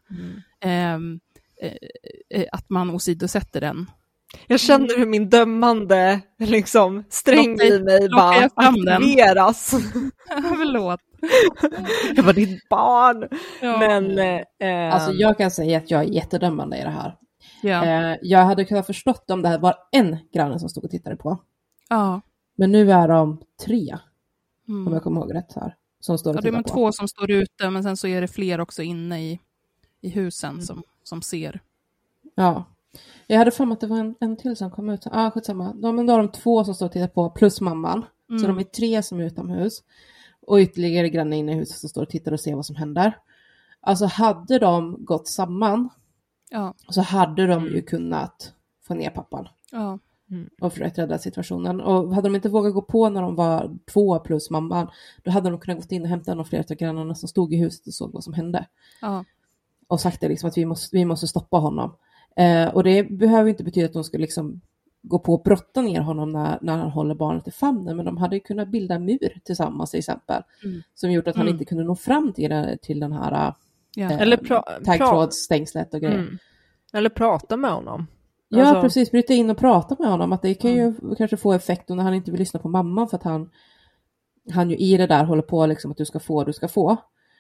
[SPEAKER 6] att man åsidosätter den.
[SPEAKER 9] Jag känner hur min dömande liksom sträng i mig bara aktiveras.
[SPEAKER 10] Förlåt.
[SPEAKER 9] Det var ditt barn.
[SPEAKER 10] Ja.
[SPEAKER 9] Men
[SPEAKER 10] alltså jag kan säga att jag är jättedömande i det här.
[SPEAKER 6] Ja.
[SPEAKER 10] Jag hade kunnat förstått om det här var en granne som stod och tittade på.
[SPEAKER 6] Ja.
[SPEAKER 10] Men nu är de 3. Om jag kommer ihåg rätt här. Som står och
[SPEAKER 6] det är
[SPEAKER 10] på.
[SPEAKER 6] 2 som står ute, men sen så är det fler också inne i husen som ser.
[SPEAKER 10] Ja. Jag hade för mig att det var en till som kom ut. Skitsamma. Men då har de 2 som står och tittar på, plus mamman. Så de är 3 som är utomhus. Och ytterligare grannar inne i huset som står och tittar och ser vad som händer. Alltså hade de gått samman, så hade de ju kunnat få ner pappan.
[SPEAKER 6] Ja.
[SPEAKER 10] Och försökt rädda situationen. Och hade de inte vågat gå på när de var 2 plus mamman, då hade de kunnat gå in och hämta en av flera av grannarna som stod i huset och såg vad som hände.
[SPEAKER 6] Ja.
[SPEAKER 10] Och sagt det liksom att vi måste stoppa honom. Och det behöver inte betyda att de ska liksom gå på och brotta ner honom när han håller barnet i famnen, men de hade ju kunnat bilda en mur tillsammans till exempel, som gjort att han inte kunde nå fram till den här taggtrådsstängslet och grejer.
[SPEAKER 9] Eller prata med honom.
[SPEAKER 10] Ja, alltså, precis, bryta in och prata med honom, att det kan ju kanske få effekt när han inte vill lyssna på mamman, för att han ju i det där håller på liksom att du ska få.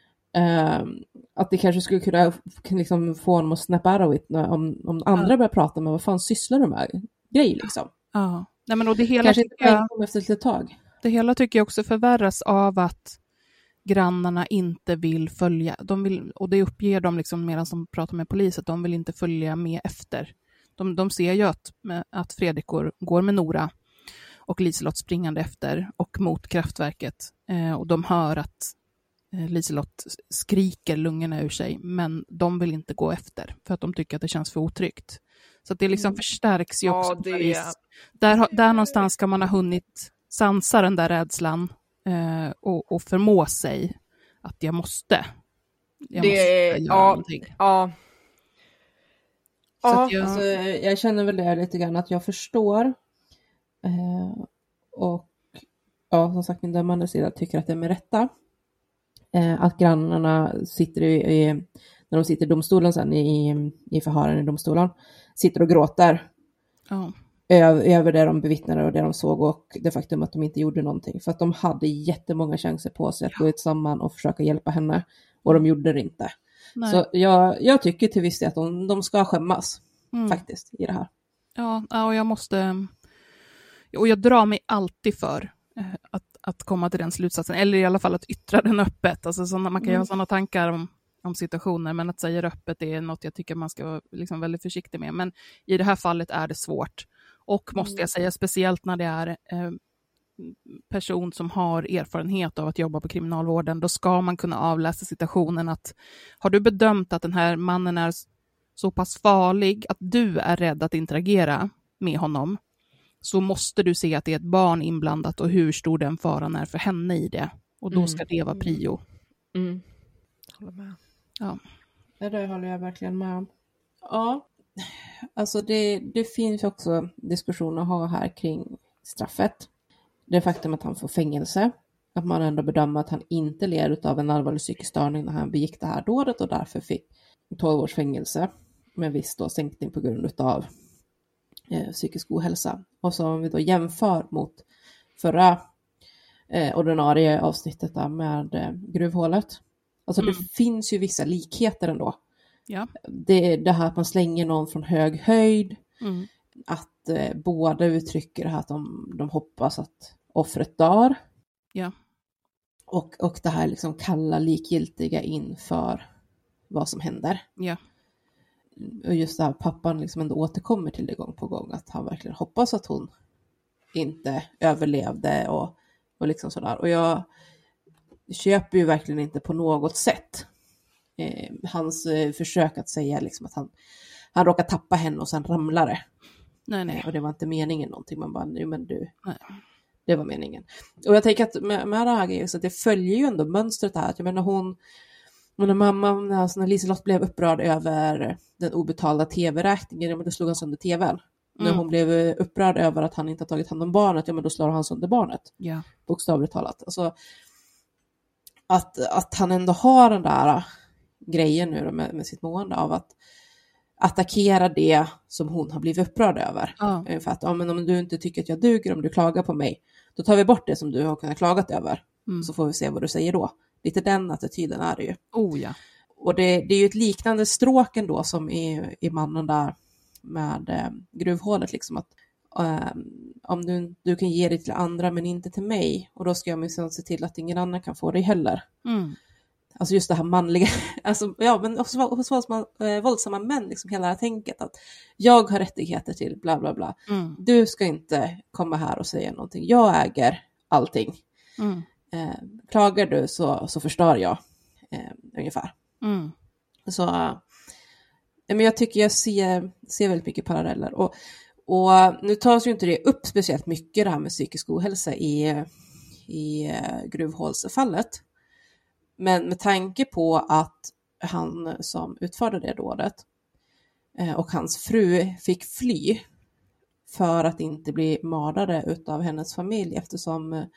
[SPEAKER 10] Att det kanske skulle kunna liksom få honom att snap out of it om andra börjar prata med vad fan sysslar de med grej liksom.
[SPEAKER 6] Ja. Nej, men och det hela
[SPEAKER 10] kanske inte kommer efter ett litet tag.
[SPEAKER 6] Det hela tycker jag också förvärras av att grannarna inte vill följa. Och det uppger de liksom medan de pratar med polis, att de vill inte följa med efter. De ser ju att Fredrik går med Nora och Liselott springande efter och mot kraftverket. Och de hör att Liselott skriker lungorna ur sig, men de vill inte gå efter för att de tycker att det känns för otryggt. Så att det liksom förstärks ju också. Där någonstans ska man ha hunnit sansa den där rädslan och förmå sig att jag måste göra någonting.
[SPEAKER 9] Ja.
[SPEAKER 10] Alltså, jag känner väl det lite grann att jag förstår och som sagt min dömande sida tycker att det är med rätta att grannarna sitter när de sitter i domstolen sen i förhören i domstolen sitter och gråter över det de bevittnade och det de såg och det faktum att de inte gjorde någonting för att de hade jättemånga chanser på sig att gå ut samman och försöka hjälpa henne och de gjorde det inte. Nej. Så jag tycker till viss del att de ska skämmas faktiskt i det här.
[SPEAKER 6] Ja, och jag måste och jag drar mig alltid för att komma till den slutsatsen eller i alla fall att yttra den öppet. Alltså man kan ju ha sådana tankar om situationer men att säga det öppet är något jag tycker man ska vara liksom väldigt försiktig med. Men i det här fallet är det svårt. Och måste jag säga speciellt när det är person som har erfarenhet av att jobba på kriminalvården, då ska man kunna avläsa situationen att har du bedömt att den här mannen är så pass farlig att du är rädd att interagera med honom så måste du se att det är ett barn inblandat och hur stor den faran är för henne i det. Och då ska det vara prio.
[SPEAKER 9] Håller med.
[SPEAKER 6] Ja.
[SPEAKER 10] Det håller jag verkligen med om. Ja, alltså det finns också diskussioner att ha här kring straffet. Det faktum att han får fängelse. Att man ändå bedömer att han inte led av en allvarlig psykisk störning när han begick det här dådet och därför fick 12 års fängelse med viss då sänkning på grund av psykisk ohälsa. Och så om vi då jämför mot förra ordinarie avsnittet där med gruvhålet. Alltså det finns ju vissa likheter ändå.
[SPEAKER 6] Ja.
[SPEAKER 10] Det här att man slänger någon från hög höjd. Att båda uttrycker det här att de hoppas att offret dör.
[SPEAKER 6] Ja.
[SPEAKER 10] Och det här liksom kalla likgiltiga inför vad som händer.
[SPEAKER 6] Ja.
[SPEAKER 10] Och just det här pappan liksom ändå återkommer till det gång på gång. Att han verkligen hoppas att hon inte överlevde och liksom sådär. Och jag köper ju verkligen inte på något sätt hans försök att säga liksom att han råkar tappa henne och sen ramlar det.
[SPEAKER 6] Nej. Och
[SPEAKER 10] det var inte meningen någonting. Man bara, men du, nej. Det var meningen. Och jag tänker att med det här så att det följer ju ändå mönstret här. Att jag menar när mamma, när Liselott blev upprörd över den obetalda tv-räkningen, då slog han sönder tvn. När hon blev upprörd över att han inte har tagit hand om barnet, då slår han sönder barnet.
[SPEAKER 6] Ja.
[SPEAKER 10] Bokstavligt talat. Alltså, att han ändå har den där grejen nu med sitt mående av att attackera det som hon har blivit upprörd över. För att men om du inte tycker att jag duger, om du klagar på mig, då tar vi bort det som du har kunnat klagat över. Så får vi se vad du säger då. Lite den attityden är det ju.
[SPEAKER 6] Ja.
[SPEAKER 10] Och det är ju ett liknande stråk ändå som i mannen där med gruvhålet. Liksom att om du kan ge det till andra men inte till mig. Och då ska jag minsann se till att ingen annan kan få det heller. Alltså just det här manliga. Alltså, ja, men hos våldsamma män, liksom hela det här tänket att jag har rättigheter till bla bla bla. Du ska inte komma här och säga någonting. Jag äger allting. Klagar du så förstör jag ungefär. Så men jag tycker jag ser väldigt mycket paralleller. Och nu tas ju inte det upp speciellt mycket det här med psykisk ohälsa i gruvhålsfallet. Men med tanke på att han som utförde det dådet och hans fru fick fly för att inte bli mördade utav hennes familj eftersom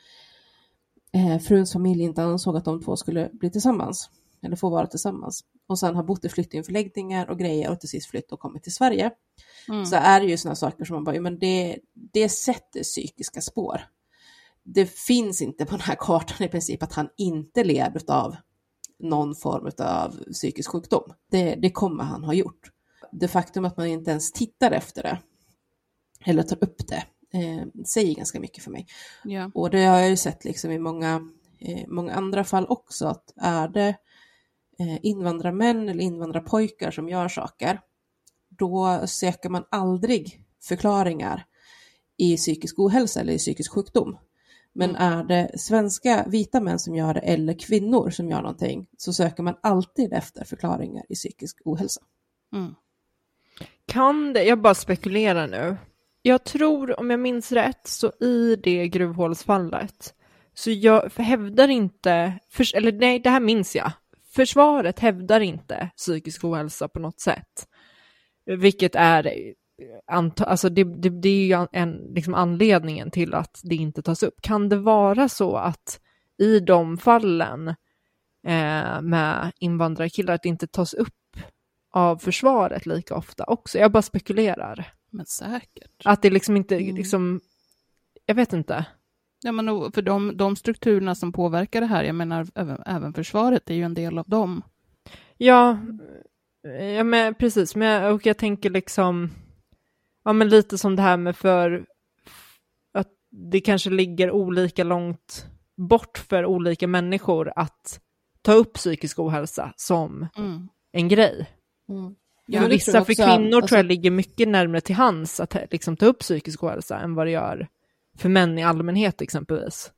[SPEAKER 10] fruns familj inte ansåg att de två skulle bli tillsammans eller få vara tillsammans. Och sen har bott i flyktingförläggningar och grejer och till sist flytt och kommit till Sverige. Så är det ju sådana saker som man bara, men det sätter psykiska spår. Det finns inte på den här kartan i princip att han inte led av någon form av psykisk sjukdom. Det kommer han ha gjort. Det faktum att man inte ens tittar efter det eller tar upp det säger ganska mycket för mig.
[SPEAKER 6] Ja.
[SPEAKER 10] Och det har jag ju sett liksom i många andra fall också, att är det invandrarmän eller invandrarpojkar som gör saker, då söker man aldrig förklaringar i psykisk ohälsa eller i psykisk sjukdom. Men är det svenska vita män som gör det eller kvinnor som gör någonting, så söker man alltid efter förklaringar i psykisk ohälsa.
[SPEAKER 9] Kan det, jag bara spekulerar nu. Jag tror, om jag minns rätt, så i det gruvhålsfallet så jag hävdar inte, eller nej, det här minns jag. Försvaret hävdar inte psykisk ohälsa på något sätt. Vilket är, alltså det är ju liksom anledningen till att det inte tas upp. Kan det vara så att i de fallen med invandrarkillar att det inte tas upp av försvaret lika ofta också? Jag bara spekulerar.
[SPEAKER 6] Men säkert.
[SPEAKER 9] Att det liksom inte, liksom, jag vet inte.
[SPEAKER 6] Ja, men för de strukturerna som påverkar det här, jag menar även försvaret är ju en del av dem.
[SPEAKER 9] Ja men precis. Men jag tänker liksom, ja men lite som det här med för att det kanske ligger olika långt bort för olika människor att ta upp psykisk ohälsa som en grej. Ja, vissa för kvinnor tror jag ligger mycket närmare till hands att liksom ta upp psykisk ohälsa än vad det gör för män i allmänhet exempelvis.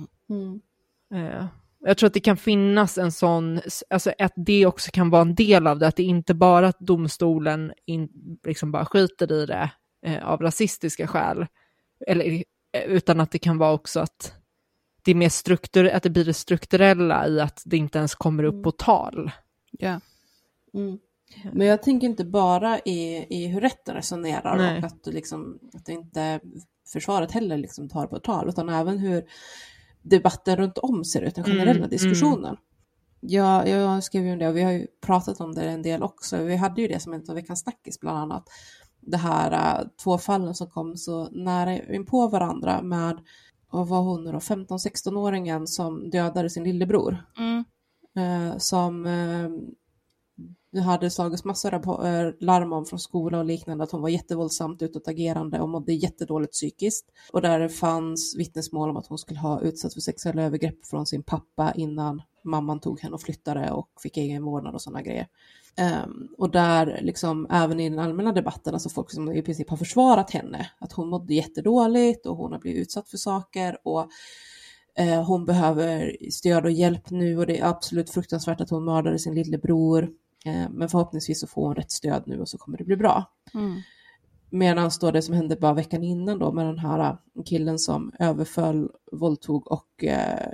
[SPEAKER 9] Jag tror att det kan finnas en sån, alltså att det också kan vara en del av det, att det inte bara att domstolen liksom bara skiter i det av rasistiska skäl, utan att det kan vara också att det är mer att det blir det strukturella i att det inte ens kommer upp på tal.
[SPEAKER 6] Ja.
[SPEAKER 10] Men jag tänker inte bara i hur rätten resonerar och att, liksom, att det inte försvaret heller liksom tar på tal, utan även hur debatten runt om ser ut, den generella diskussionen. Ja, jag skrev ju om det och vi har ju pratat om det en del också. Vi hade ju det som en av veckans snackis bland annat. Det här 2 fallen som kom så nära in på varandra med, vad var hon då, 15-16-åringen som dödade sin lillebror. Som hade slagits massor av larm om från skola och liknande att hon var jättevåldsamt utåtagerande och mådde jättedåligt psykiskt. Och där det fanns vittnesmål om att hon skulle ha utsatts för sexuella övergrepp från sin pappa innan mamman tog henne och flyttade och fick egen vårdnad och sådana grejer. Och där liksom även i den allmänna debatten, alltså folk som i princip har försvarat henne, att hon mådde jättedåligt och hon har blivit utsatt för saker och hon behöver stöd och hjälp nu och det är absolut fruktansvärt att hon mördade sin lillebror. Men förhoppningsvis så får hon rätt stöd nu och så kommer det bli bra. Medan då det som hände bara veckan innan då med den här killen som överföll, våldtog och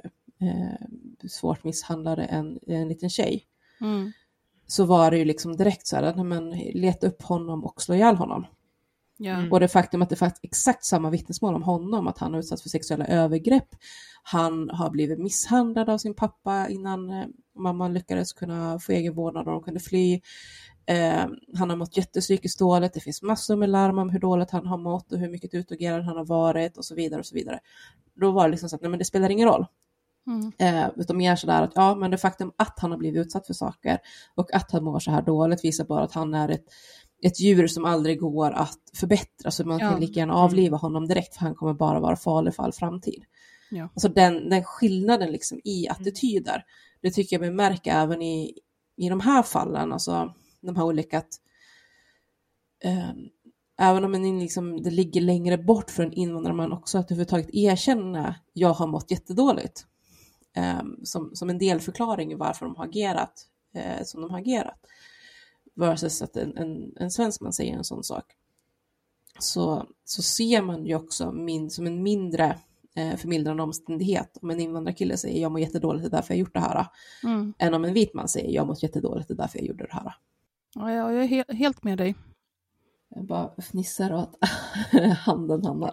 [SPEAKER 10] svårt misshandlade en liten tjej. Så var det ju liksom direkt så här att men leta upp honom och slå ihjäl honom. Och det faktum att det faktiskt exakt samma vittnesmål om honom, att han har utsatts för sexuella övergrepp, han har blivit misshandlad av sin pappa innan mamman lyckades kunna få egen vårdnad och de kunde fly. Han har mått jättepsykiskt dåligt, det finns massor med larm om hur dåligt han har mått och hur mycket utagerad han har varit och så vidare och så vidare. Då var det liksom så att nej, men det spelar ingen roll. Utan mer sådär att ja, men det faktum att han har blivit utsatt för saker och att han mår så här dåligt visar bara att han är ett djur som aldrig går att förbättra, så man kan lika gärna avliva honom direkt för han kommer bara vara farlig för all framtid. Alltså den skillnaden liksom i attityder, det tycker jag mig märka även i de här fallen, alltså de här olika att även om liksom, det ligger längre bort från invandrarman också att överhuvudtaget erkänna jag har mått jättedåligt som en delförklaring i varför de har agerat som de har agerat versus att en svensk man säger en sån sak, så ser man ju också som en mindre förmildrande omständighet om en invandrarkille säger jag mår jättedåligt, det är därför jag gjort det här, än om en vit man säger jag mår jättedåligt, det är därför jag gjorde det här. Ja,
[SPEAKER 6] jag är helt med dig.
[SPEAKER 10] Jag bara fnissar åt handen hamnar.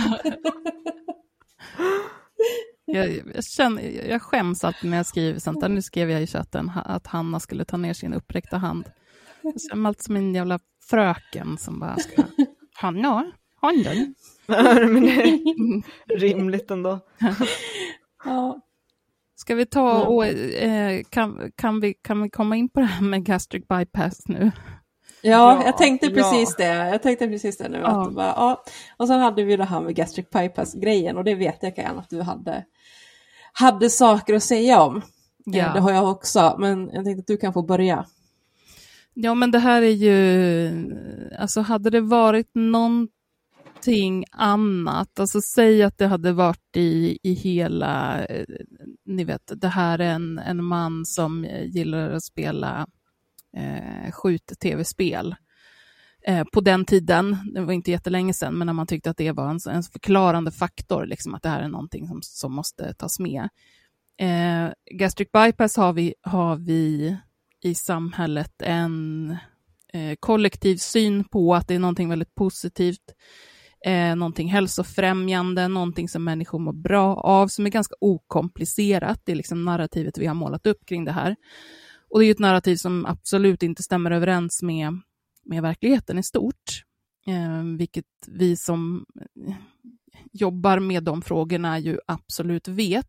[SPEAKER 6] Jag skäms alltid när jag skriver sånt där. Nu skrev jag i chatten att Hanna skulle ta ner sin uppräckta hand. Jag känner alltid som en jävla fröken som bara ska Hanna.
[SPEAKER 9] Men det är rimligt ändå.
[SPEAKER 10] Ja.
[SPEAKER 6] Ska vi ta och kan vi komma in på det här med gastric bypass nu?
[SPEAKER 10] Ja, jag tänkte precis det nu. Att bara, och sen hade vi det här med gastric bypass-grejen och det vet jag kan att du hade saker att säga om. Ja. Det har jag också, men jag tänkte att du kan få börja.
[SPEAKER 6] Ja, men det här är ju, alltså hade det varit någonting annat, alltså säg att det hade varit i hela, ni vet, det här är en man som gillar att spela skjut-tv-spel. på den tiden, det var inte jättelänge sedan, men när man tyckte att det var en förklarande faktor, liksom, att det här är någonting som måste tas med. Gastric bypass har vi i samhället en kollektiv syn på att det är någonting väldigt positivt, någonting hälsofrämjande, någonting som människor mår bra av, som är ganska okomplicerat. Det är liksom narrativet vi har målat upp kring det här. Och det är ju ett narrativ som absolut inte stämmer överens med verkligheten i stort. Vilket vi som jobbar med de frågorna ju absolut vet.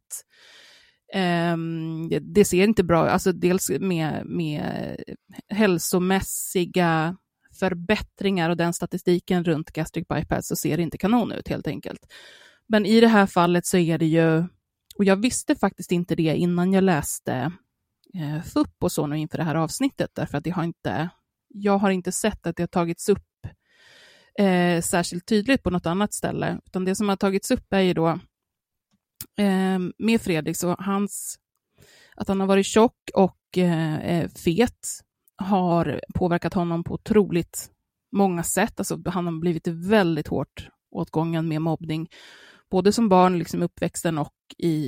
[SPEAKER 6] Det ser inte bra, alltså dels med hälsomässiga förbättringar och den statistiken runt gastric bypass, så ser det inte kanon ut helt enkelt. Men i det här fallet så är det ju, och jag visste faktiskt inte det innan jag läste FUP och så nu inför det här avsnittet, därför att jag har inte sett att det har tagits upp särskilt tydligt på något annat ställe, utan det som har tagits upp är ju då med Fredrik, så att han har varit tjock och fet har påverkat honom på otroligt många sätt. Alltså, han har blivit väldigt hårt åtgången med mobbning, både som barn, liksom uppväxten, och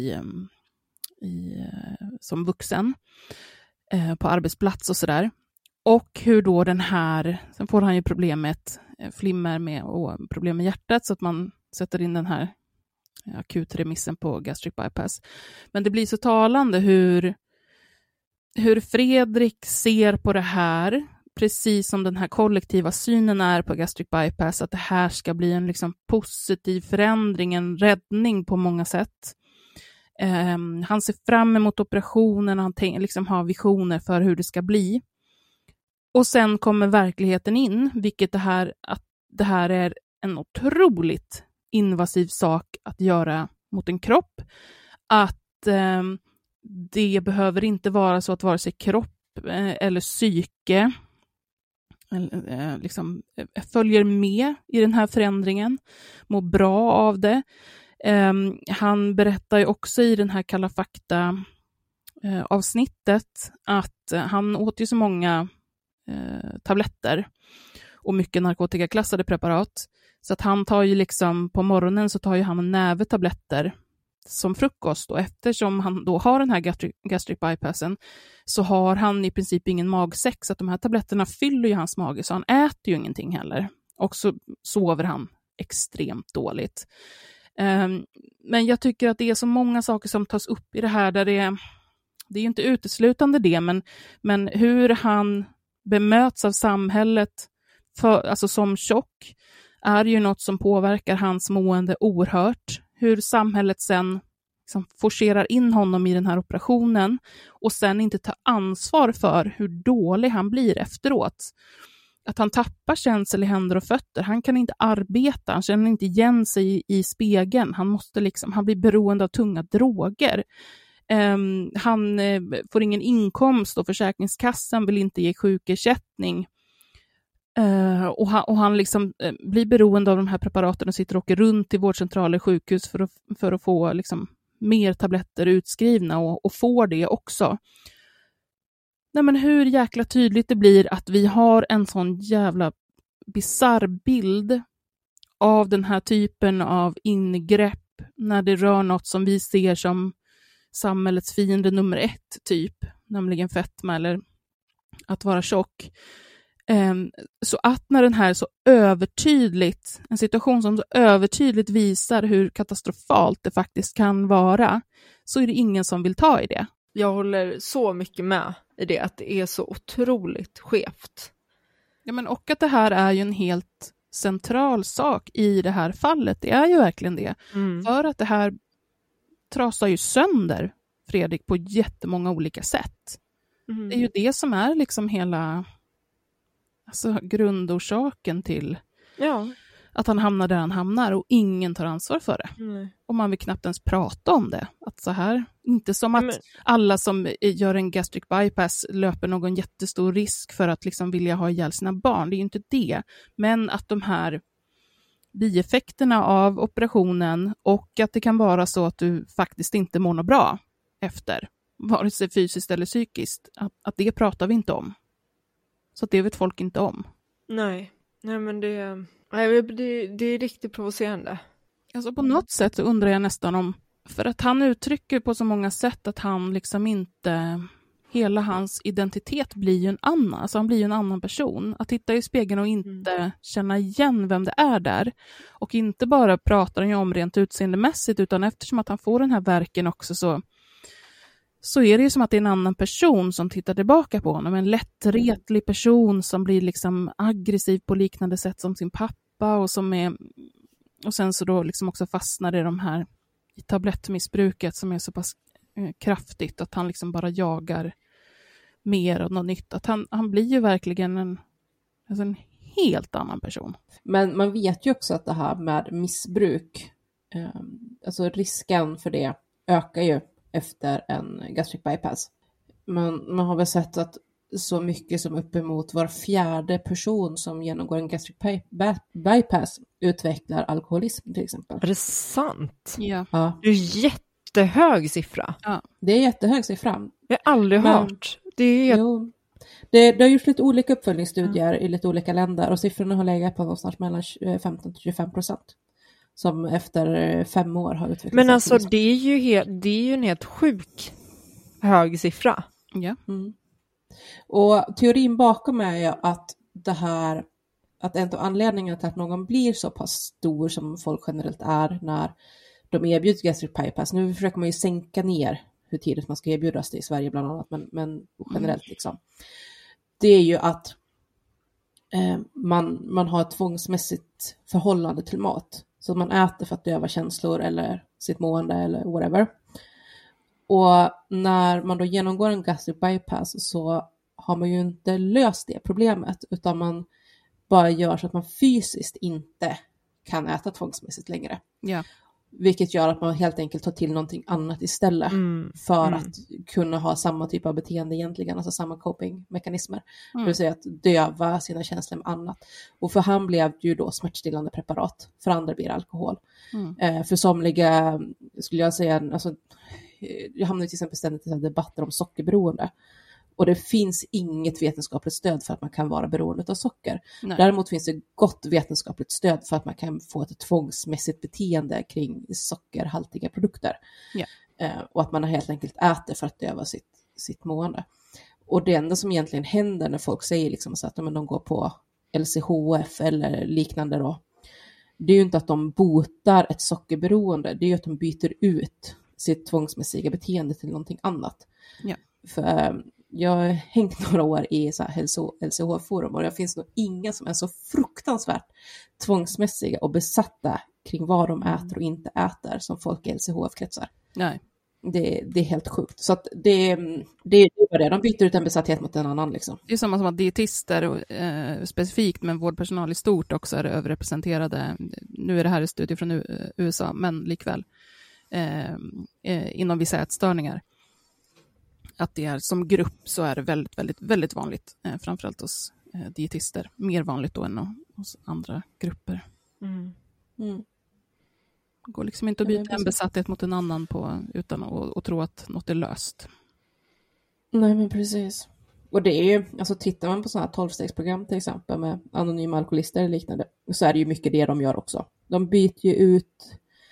[SPEAKER 6] som vuxen på arbetsplats och sådär. Och hur då sen får han ju problemet flimmer med och problem med hjärtat, så att man sätter in den här akutremissen på gastric bypass. Men det blir så talande hur Fredrik ser på det här, precis som den här kollektiva synen är på gastric bypass, att det här ska bli en liksom positiv förändring, en räddning på många sätt. Han ser fram emot operationen, han liksom har visioner för hur det ska bli. Och sen kommer verkligheten in, vilket att det här är en otroligt invasiv sak att göra mot en kropp. Att det behöver inte vara så att vare sig kropp eller psyke liksom följer med i den här förändringen, mår bra av det. Han berättar ju också i den här Kalla fakta avsnittet att han åt ju så många tabletter och mycket narkotikaklassade preparat, så att han tar ju liksom på morgonen så tar ju han en näve tabletter som frukost, och eftersom han då har den här gastric bypassen så har han i princip ingen magsäck, så att de här tabletterna fyller ju hans mage, så han äter ju ingenting heller, och så sover han extremt dåligt. Men jag tycker att det är så många saker som tas upp i det här, där det är ju inte uteslutande det, men hur han bemöts av samhället alltså som tjock är ju något som påverkar hans mående oerhört. Hur samhället sen liksom forcerar in honom i den här operationen och sen inte tar ansvar för hur dålig han blir efteråt. Att han tappar känsel i händer och fötter. Han kan inte arbeta, han känner inte igen sig i spegeln. Han blir beroende av tunga droger. Han får ingen inkomst och Försäkringskassan vill inte ge sjukersättning. Och han liksom blir beroende av de här preparaten och sitter och åker runt till vårdcentraler, sjukhus för att få liksom mer tabletter utskrivna och får det också. Nej, men hur jäkla tydligt det blir att vi har en sån jävla bizarr bild av den här typen av ingrepp när det rör något som vi ser som samhällets fiende nummer 1 typ, nämligen fetma eller att vara tjock. Så att när den här så övertydligt, en situation som så övertydligt visar hur katastrofalt det faktiskt kan vara, så är det ingen som vill ta i det.
[SPEAKER 9] Jag håller så mycket med i det, att det är så otroligt skevt.
[SPEAKER 6] Ja, men och att det här är ju en helt central sak i det här fallet. Det är ju verkligen det. För att det här trasar ju sönder Fredrik på jättemånga olika sätt. Det är ju det som är liksom hela grundorsaken till att han hamnar där han hamnar, och ingen tar ansvar för det. Och man vill knappt ens prata om det. Att så här, inte som att alla som gör en gastric bypass löper någon jättestor risk för att liksom vilja ha ihjäl sina barn. Det är ju inte det. Men att de här bieffekterna av operationen, och att det kan vara så att du faktiskt inte mår något bra efter, vare sig fysiskt eller psykiskt, att det pratar vi inte om. Så att det vet folk inte om.
[SPEAKER 9] Nej. Nej, men det är riktigt provocerande.
[SPEAKER 6] Alltså på något sätt så undrar jag nästan om, för att han uttrycker på så många sätt att han liksom inte, hela hans identitet blir ju en annan, alltså han blir ju en annan person. Att titta i spegeln och inte känna igen vem det är där. Och inte bara pratar han ju om rent utseendemässigt, utan eftersom att han får den här verken också så är det ju som att det är en annan person som tittar tillbaka på honom. En lättretlig person som blir liksom aggressiv på liknande sätt som sin pappa och sen så då liksom också fastnar i de här i tablettmissbruket som är så pass kraftigt att han liksom bara jagar mer av något nytt. Att han blir ju verkligen en helt annan person.
[SPEAKER 10] Men man vet ju också att det här med missbruk, alltså risken för det ökar ju efter en gastric bypass. Man har väl sett att så mycket som uppemot var fjärde person som genomgår en gastric bypass utvecklar alkoholism till exempel.
[SPEAKER 9] Är det sant?
[SPEAKER 6] Ja.
[SPEAKER 9] Det är jättehög siffra.
[SPEAKER 10] Ja. Det är jättehög siffra.
[SPEAKER 9] Jag har aldrig hört. Det
[SPEAKER 10] har gjorts lite olika uppföljningsstudier i lite olika länder och siffrorna har legat på någonstans mellan 15-25%. Som efter 5 år har utvecklats.
[SPEAKER 9] Men alltså det är ju en helt sjuk hög siffra.
[SPEAKER 6] Ja.
[SPEAKER 10] Mm. Och teorin bakom är ju att att en av anledningarna till att någon blir så pass stor som folk generellt är när de erbjuds gastric bypass. Nu försöker man ju sänka ner hur tidigt man ska erbjudas det i Sverige bland annat, men generellt liksom. Det är ju att man har ett tvångsmässigt förhållande till mat. Så man äter för att döva känslor eller sitt mående eller whatever. Och när man då genomgår en gastric bypass så har man ju inte löst det problemet, utan man bara gör så att man fysiskt inte kan äta tvångsmässigt längre.
[SPEAKER 6] Ja.
[SPEAKER 10] Vilket gör att man helt enkelt tar till någonting annat istället för att kunna ha samma typ av beteende egentligen, alltså samma coping-mekanismer. Det vill säga att döva sina känslor med annat. Och för han blev det ju då smärtstillande preparat, för andra blir alkohol. För somliga skulle jag säga, alltså, jag hamnar till exempel ständigt i debatter om sockerberoende. Och det finns inget vetenskapligt stöd för att man kan vara beroende av socker. Nej. Däremot finns det gott vetenskapligt stöd för att man kan få ett tvångsmässigt beteende kring sockerhaltiga produkter. Ja. Och att man helt enkelt äter för att döva sitt mående. Och det enda som egentligen händer när folk säger liksom så att de går på LCHF eller liknande då, det är ju inte att de botar ett sockerberoende, det är ju att de byter ut sitt tvångsmässiga beteende till någonting annat. Ja. För jag har hängt några år i så här LCHF-forum och det finns nog inga som är så fruktansvärt tvångsmässiga och besatta kring vad de äter och inte äter som folk i LCHF-kretsar.
[SPEAKER 6] Nej.
[SPEAKER 10] Det är helt sjukt. Så att det är bara det. De byter ut en besatthet mot en annan. Liksom.
[SPEAKER 6] Det är samma som att dietister specifikt, men vårdpersonal i stort också är överrepresenterade. Nu är det här en studie från USA, men likväl inom vissa ätstörningar. Att det är som grupp så är det väldigt, väldigt, väldigt vanligt. Framförallt hos dietister. Mer vanligt då än hos andra grupper. Det går liksom inte att byta en besatthet mot en annan utan att tro att något är löst.
[SPEAKER 10] Nej, men precis. Och det är ju, alltså tittar man på sådana här 12-stegsprogram till exempel med anonyma alkoholister eller liknande, så är det ju mycket det de gör också. De byter ju ut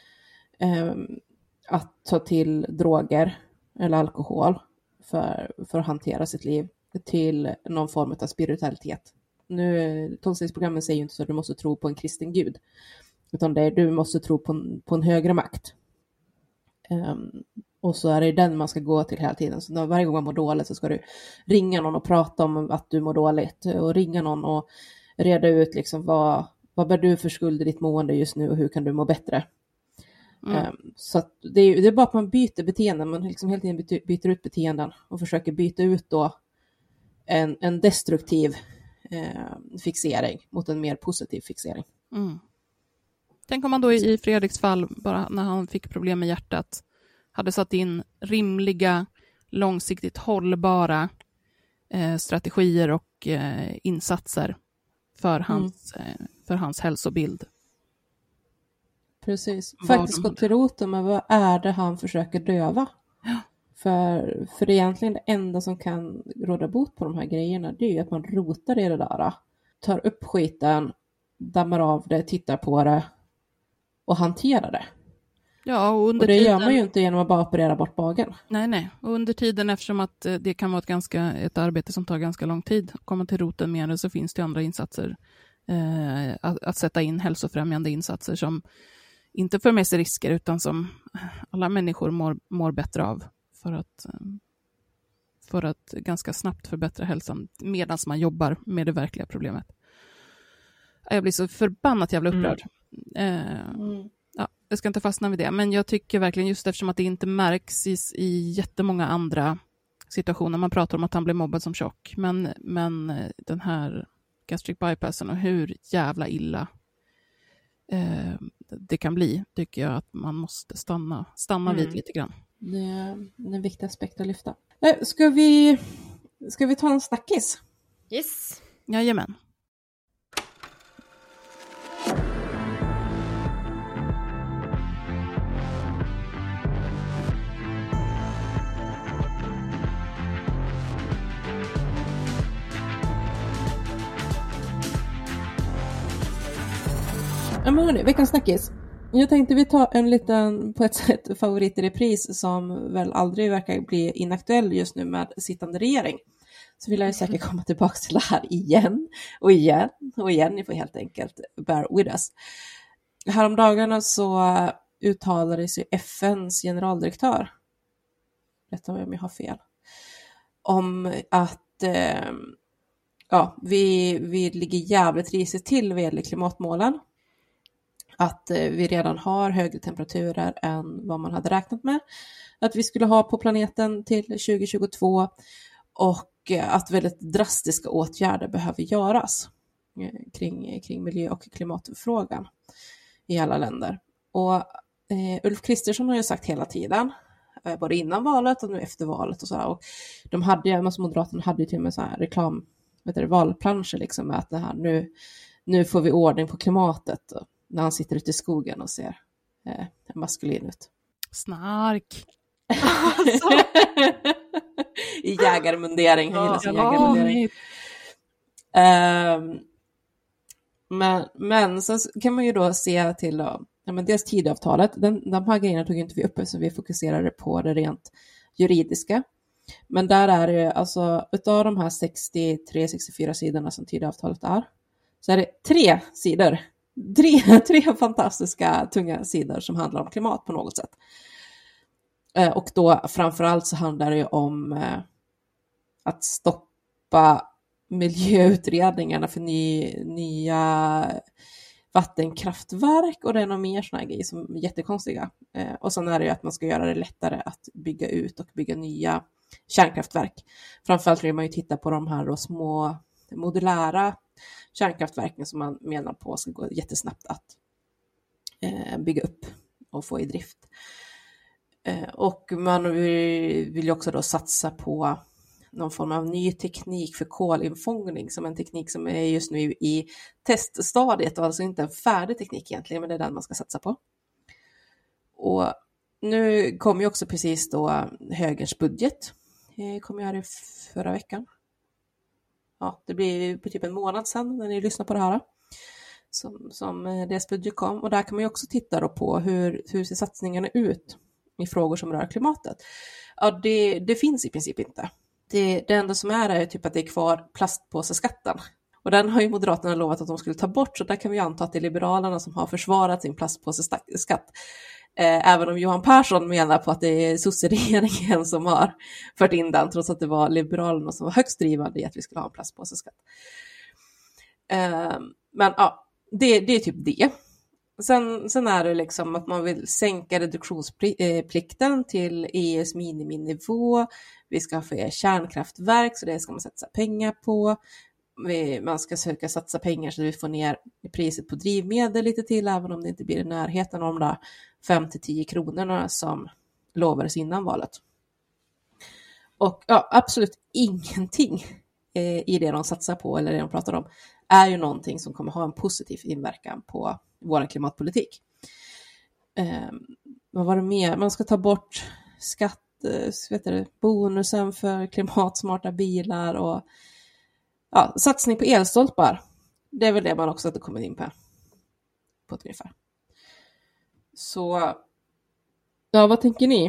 [SPEAKER 10] att ta till droger eller alkohol för att hantera sitt liv till någon form av spiritualitet. Nu, 12-stegsprogrammen säger ju inte så att du måste tro på en kristen gud, utan du måste tro på en högre makt. Och så är det den man ska gå till hela tiden. Så varje gång man mår dåligt så ska du ringa någon och prata om att du mår dåligt. Och ringa någon och reda ut liksom vad bär du för skuld i ditt mående just nu och hur kan du må bättre. Så att det är bara att man byter beteenden. Man liksom hela tiden byter ut beteenden och försöker byta ut då en destruktiv fixering mot en mer positiv fixering.
[SPEAKER 6] Tänk om man då i Fredriks fall, bara när han fick problem med hjärtat, hade satt in rimliga, långsiktigt hållbara strategier och insatser för hans hälsobild.
[SPEAKER 10] Precis. Faktiskt gått till roten med vad är det han försöker döva. Ja. För det är egentligen det enda som kan råda bot på de här grejerna, det är ju att man rotar i det där tar upp skiten, dammar av det, tittar på det och hanterar det.
[SPEAKER 6] Ja, och
[SPEAKER 10] det gör man ju inte genom att bara operera bort bagen.
[SPEAKER 6] Nej. Och under tiden, eftersom att det kan vara ett arbete som tar ganska lång tid, komma till roten med det, så finns det andra insatser. Att sätta in hälsofrämjande insatser som inte för med sig risker, utan som alla människor mår bättre av för att ganska snabbt förbättra hälsan medan man jobbar med det verkliga problemet. Jag blir så förbannat jävla upprörd. Ja, jag ska inte fastna vid det, men jag tycker verkligen, just eftersom att det inte märks i jättemånga andra situationer. Man pratar om att han blev mobbad som tjock, men den här gastric bypassen och hur jävla illa det kan bli, tycker jag att man måste stanna vid lite grann.
[SPEAKER 10] Det är en viktig aspekt att lyfta. Ska vi ta en snackis?
[SPEAKER 9] Yes.
[SPEAKER 6] Jajamän.
[SPEAKER 10] Ja, men hörni, veckans snackis. Jag tänkte vi tar en liten, på ett sätt, favorit i repris som väl aldrig verkar bli inaktuell just nu med sittande regering. Så vill jag ju säkert komma tillbaka till det här igen och igen och igen. Ni får helt enkelt bear with us. Häromdagarna så uttalade sig FNs generaldirektör, rätta mig om jag har fel, om att vi ligger jävligt risigt till vad gäller klimatmålen. Att vi redan har högre temperaturer än vad man hade räknat med att vi skulle ha på planeten till 2022, och att väldigt drastiska åtgärder behöver göras kring miljö- och klimatfrågan i alla länder. Och Ulf Kristersson har ju sagt hela tiden, både innan valet och nu efter valet och sådär, och de hade, Moderaterna hade ju till och med så här valplanscher liksom, med att det här nu får vi ordning på klimatet, och när han sitter ute i skogen och ser maskulin ut.
[SPEAKER 6] Snark.
[SPEAKER 10] I jägarmundering. Han gillar sin jägarmundering. Men så kan man ju då se till dels Tidöavtalet. De här grejerna tog inte vi upp, så vi fokuserade på det rent juridiska. Men där är det alltså, utav de här 63-64 sidorna som Tidöavtalet är, så är det 3 sidor. Tre fantastiska tunga sidor som handlar om klimat på något sätt. Och då framförallt så handlar det ju om att stoppa miljöutredningarna för nya vattenkraftverk, och det är nog mer såna här grejer som är jättekonstiga. Och sen är det ju att man ska göra det lättare att bygga ut och bygga nya kärnkraftverk. Framförallt vill man ju titta på de här då små modulära kärnkraftverken som man menar på ska gå jättesnabbt att bygga upp och få i drift. Och man vill ju också då satsa på någon form av ny teknik för kolinfångning, som en teknik som är just nu i teststadiet, och alltså inte en färdig teknik egentligen, men det är den man ska satsa på. Och nu kom ju också precis då högerns budget. Kom jag här i förra veckan. Ja, det blir typ en månad sedan när ni lyssnar på det här. Som deras budget kom. Och där kan man ju också titta då på hur ser satsningarna ut i frågor som rör klimatet. Ja, det finns i princip inte. Det enda som är typ att det är kvar plastpåseskatten. Och den har ju Moderaterna lovat att de skulle ta bort, så där kan vi anta att det är Liberalerna som har försvarat sin plastpåseskatt. Även om Johan Persson menar på att det är sosseregeringen som har fört in den, trots att det var Liberalerna som var högst drivande i att vi skulle ha en plastpåseskatt. Men ja, det är typ det. Sen är det liksom att man vill sänka reduktionsplikten till EUs miniminivå. Vi ska få kärnkraftverk, så det ska man satsa pengar på. Man ska söka satsa pengar så att vi får ner priset på drivmedel lite till, även om det inte blir i närheten av de där 5-10 kronorna som lovades innan valet. Och ja, absolut ingenting i det de satsar på eller det de pratar om är ju någonting som kommer ha en positiv inverkan på vår klimatpolitik. Vad var det mer? Man ska ta bort bonusen för klimatsmarta bilar och satsning på elstolpar. Det är väl det man också hade kommit in på ett ungefär. Så, ja, vad tänker ni?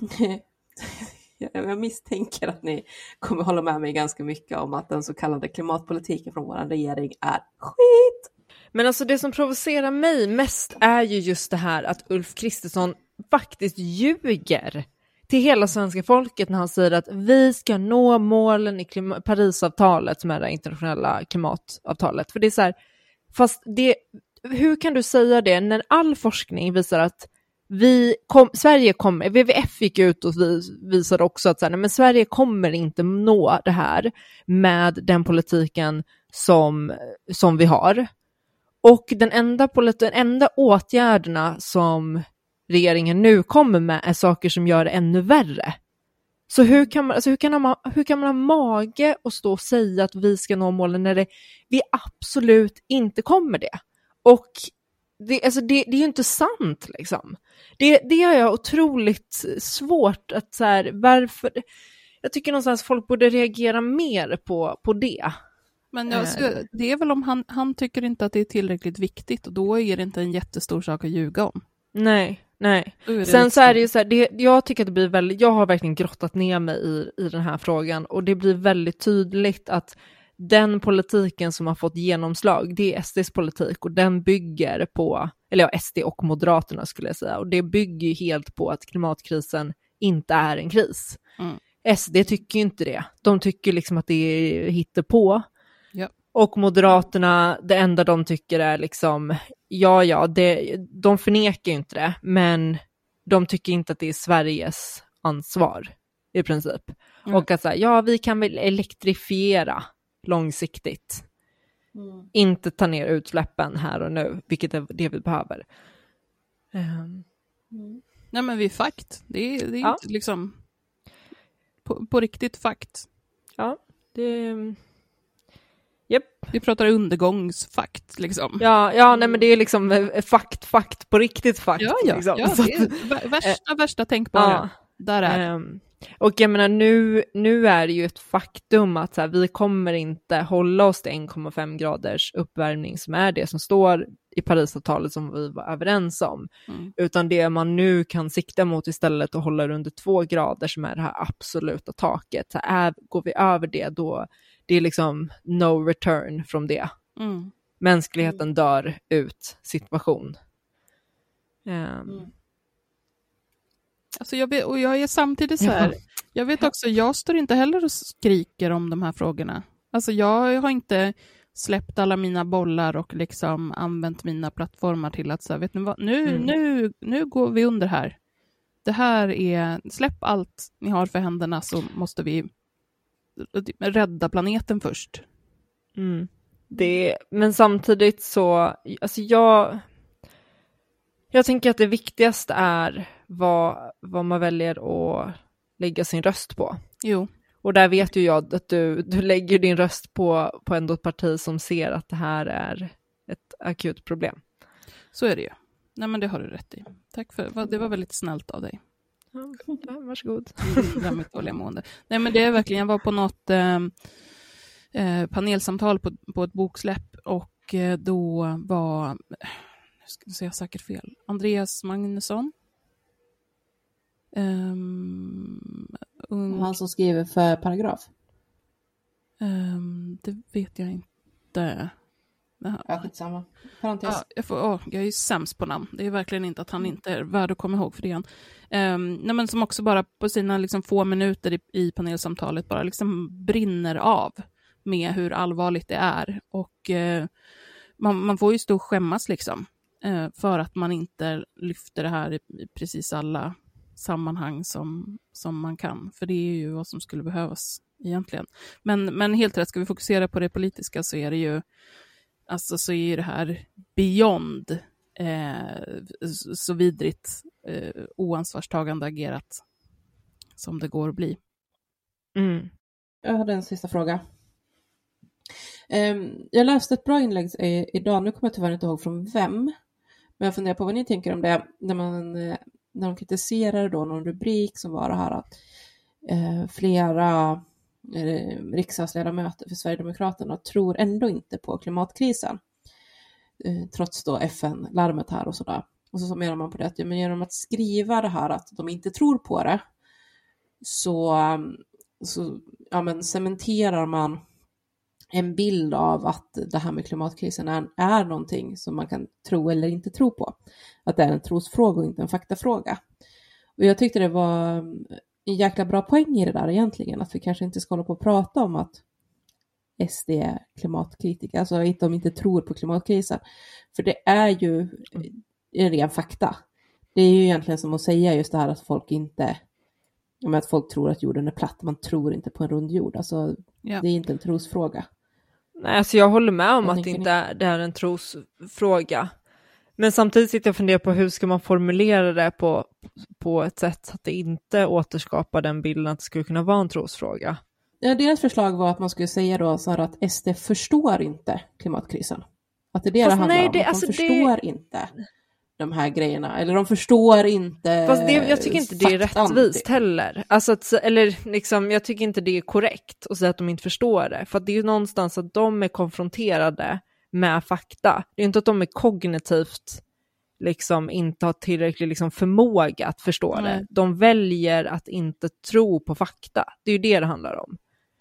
[SPEAKER 10] Jag misstänker att ni kommer hålla med mig ganska mycket om att den så kallade klimatpolitiken från vår regering är skit.
[SPEAKER 9] Men alltså det som provocerar mig mest är ju just det här att Ulf Kristersson faktiskt ljuger till hela svenska folket när han säger att vi ska nå målen i Parisavtalet, som är det internationella klimatavtalet. För det är så här, fast hur kan du säga det när all forskning visar att Sverige kommer, WWF gick ut och visade också att så här, nej, men Sverige kommer inte nå det här med den politiken som vi har. Och den enda åtgärderna som regeringen nu kommer med är saker som gör det ännu värre. Så hur kan man ha mage att stå och säga att vi ska nå målen när vi absolut inte kommer det? Och det är ju inte sant liksom. Det har jag otroligt svårt att så här, varför. Jag tycker någonstans folk borde reagera mer på det.
[SPEAKER 6] Men det är väl om han tycker inte att det är tillräckligt viktigt, och då är det inte en jättestor sak att ljuga om.
[SPEAKER 9] Nej. Sen så är det ju så här, jag tycker att det blir väldigt, jag har verkligen grottat ner mig i den här frågan, och det blir väldigt tydligt att den politiken som har fått genomslag, det är SDs politik, och den bygger på, eller ja, SD och Moderaterna skulle jag säga, och det bygger helt på att klimatkrisen inte är en kris. SD tycker ju inte det. De tycker liksom att det är hittepå. Ja. Och Moderaterna, det enda de tycker är liksom, de förnekar ju inte det, men de tycker inte att det är Sveriges ansvar i princip. Och att säga, vi kan väl elektrifiera långsiktigt. Inte ta ner utsläppen här och nu, vilket är det vi behöver.
[SPEAKER 6] Nej, men vi är fakt. Det är inte liksom på riktigt fakt.
[SPEAKER 9] Ja, det... Yep.
[SPEAKER 6] Vi pratar undergångsfakt liksom.
[SPEAKER 9] Nej, men det är liksom fakt på riktigt fakt.
[SPEAKER 6] Ja,
[SPEAKER 9] liksom.
[SPEAKER 6] det är värsta tänkbara. Där är
[SPEAKER 9] och jag menar, nu är det ju ett faktum att så här, vi kommer inte hålla oss till 1,5 graders uppvärmning som är det som står i Parisavtalet som vi var överens om. Utan det man nu kan sikta mot istället att hålla under 2 grader som är det här absoluta taket. Så här, går vi över det, då det är liksom no return från det. Mänskligheten dör ut situation.
[SPEAKER 6] Alltså jag är samtidigt så här, jag vet också, jag står inte heller och skriker om de här frågorna. Alltså jag har inte släppt alla mina bollar och liksom använt mina plattformar till att så här, vet ni vad, nu går vi under här. Det här är, släpp allt ni har för händerna, så måste vi rädda planeten först.
[SPEAKER 9] Men samtidigt så, alltså jag tänker att det viktigaste är vad man väljer att lägga sin röst på.
[SPEAKER 6] Jo.
[SPEAKER 9] Och där vet ju jag att du lägger din röst på ändå ett parti som ser att det här är ett akut problem.
[SPEAKER 6] Så är det ju. Nej, men det har du rätt i. Tack det var väldigt snällt av dig.
[SPEAKER 9] Ja, varsågod.
[SPEAKER 6] Det mitt dåliga mående. Nej, men det är verkligen, jag var på något panelsamtal på ett boksläpp, och då var, jag ska säga säkert fel, Andreas Magnusson.
[SPEAKER 10] Han som skriver för Paragraf.
[SPEAKER 6] Det vet jag inte.
[SPEAKER 10] Ja, skitsamma. Parentes.
[SPEAKER 6] Ja, jag är ju sämst på namn. Det är verkligen inte att han inte är värd att komma ihåg för det. Nej, men som också bara på sina liksom få minuter i panelsamtalet bara liksom brinner av med hur allvarligt det är. Och man får ju stå och skämmas liksom, för att man inte lyfter det här i precis alla sammanhang som man kan. För det är ju vad som skulle behövas egentligen. Men helt rätt, ska vi fokusera på det politiska, så är det ju, alltså så är det här beyond så vidrigt oansvarstagande agerat som det går att bli.
[SPEAKER 10] Jag hade en sista fråga. Jag läste ett bra inlägg idag, nu kommer jag tyvärr inte ihåg från vem, men jag funderar på vad ni tänker om det, när de kritiserar då någon rubrik som var det här att flera riksdagsledamöter för Sverigedemokraterna tror ändå inte på klimatkrisen. Trots då FN-larmet här och sådär. Och så menar man på det att men genom att skriva det här att de inte tror på det så cementerar man en bild av att det här med klimatkrisen är någonting som man kan tro eller inte tro på. Att det är en trosfråga och inte en faktafråga. Och jag tyckte det var en jäkla bra poäng i det där egentligen. Att vi kanske inte ska hålla på och prata om att SD är klimatkritiker. Alltså inte om inte tror på klimatkrisen. För det är ju en ren fakta. Det är ju egentligen som att säga just det här att folk inte... att folk tror att jorden är platt. Man tror inte på en rund jord. Alltså, det är inte en trosfråga.
[SPEAKER 9] Nej, alltså jag håller med om att det inte är en trosfråga. Men samtidigt sitter jag och funderar på hur ska man formulera det på ett sätt så att det inte återskapar den bilden att det skulle kunna vara en trosfråga.
[SPEAKER 10] Ja, deras förslag var att man skulle säga då så här att SD förstår inte klimatkrisen. Att det är det handlar om. Att de förstår inte de här grejerna. Eller de förstår inte...
[SPEAKER 9] Fast jag tycker inte det är rättvist heller. Alltså jag tycker inte det är korrekt att säga att de inte förstår det. För att det är ju någonstans att de är konfronterade med fakta. Det är inte att de är kognitivt inte har tillräcklig förmåga att förstå det. De väljer att inte tro på fakta. Det är ju det handlar om.